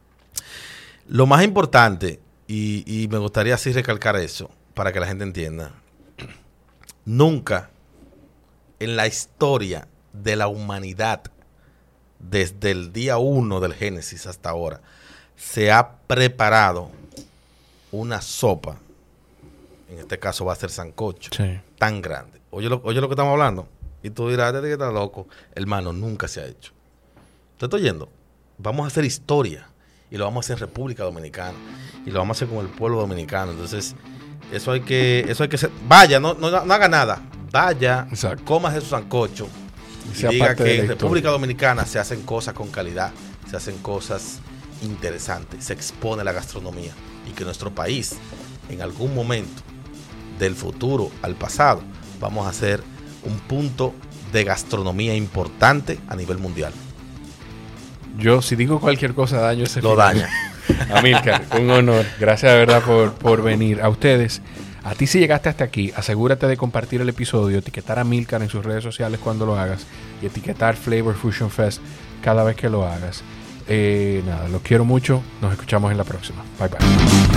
Lo más importante, y me gustaría así recalcar eso, para que la gente entienda, nunca en la historia de la humanidad, desde el día 1 del Génesis hasta ahora, se ha preparado una sopa, en este caso va a ser sancocho, sí, tan grande. Oye lo que estamos hablando, y tú dirás, ¿de qué estás loco? Hermano, nunca se ha hecho. ¿Te estoy oyendo? Vamos a hacer historia. Y lo vamos a hacer en República Dominicana. Y lo vamos a hacer con el pueblo dominicano. Entonces, eso hay que hacer. Vaya, no haga nada. Vaya, cómase su sancocho. Y diga que en República Dominicana se hacen cosas con calidad. Se hacen cosas interesantes. Se expone la gastronomía. Y que nuestro país, en algún momento del futuro al pasado, vamos a hacer un punto de gastronomía importante a nivel mundial. Yo, si digo cualquier cosa, daño ese lo final. Daña. Amílcar, un honor. Gracias de verdad por venir. A ustedes, a ti si llegaste hasta aquí, asegúrate de compartir el episodio, etiquetar a Amílcar en sus redes sociales cuando lo hagas y etiquetar Flavor Fusion Fest cada vez que lo hagas. Nada, los quiero mucho. Nos escuchamos en la próxima. Bye, bye.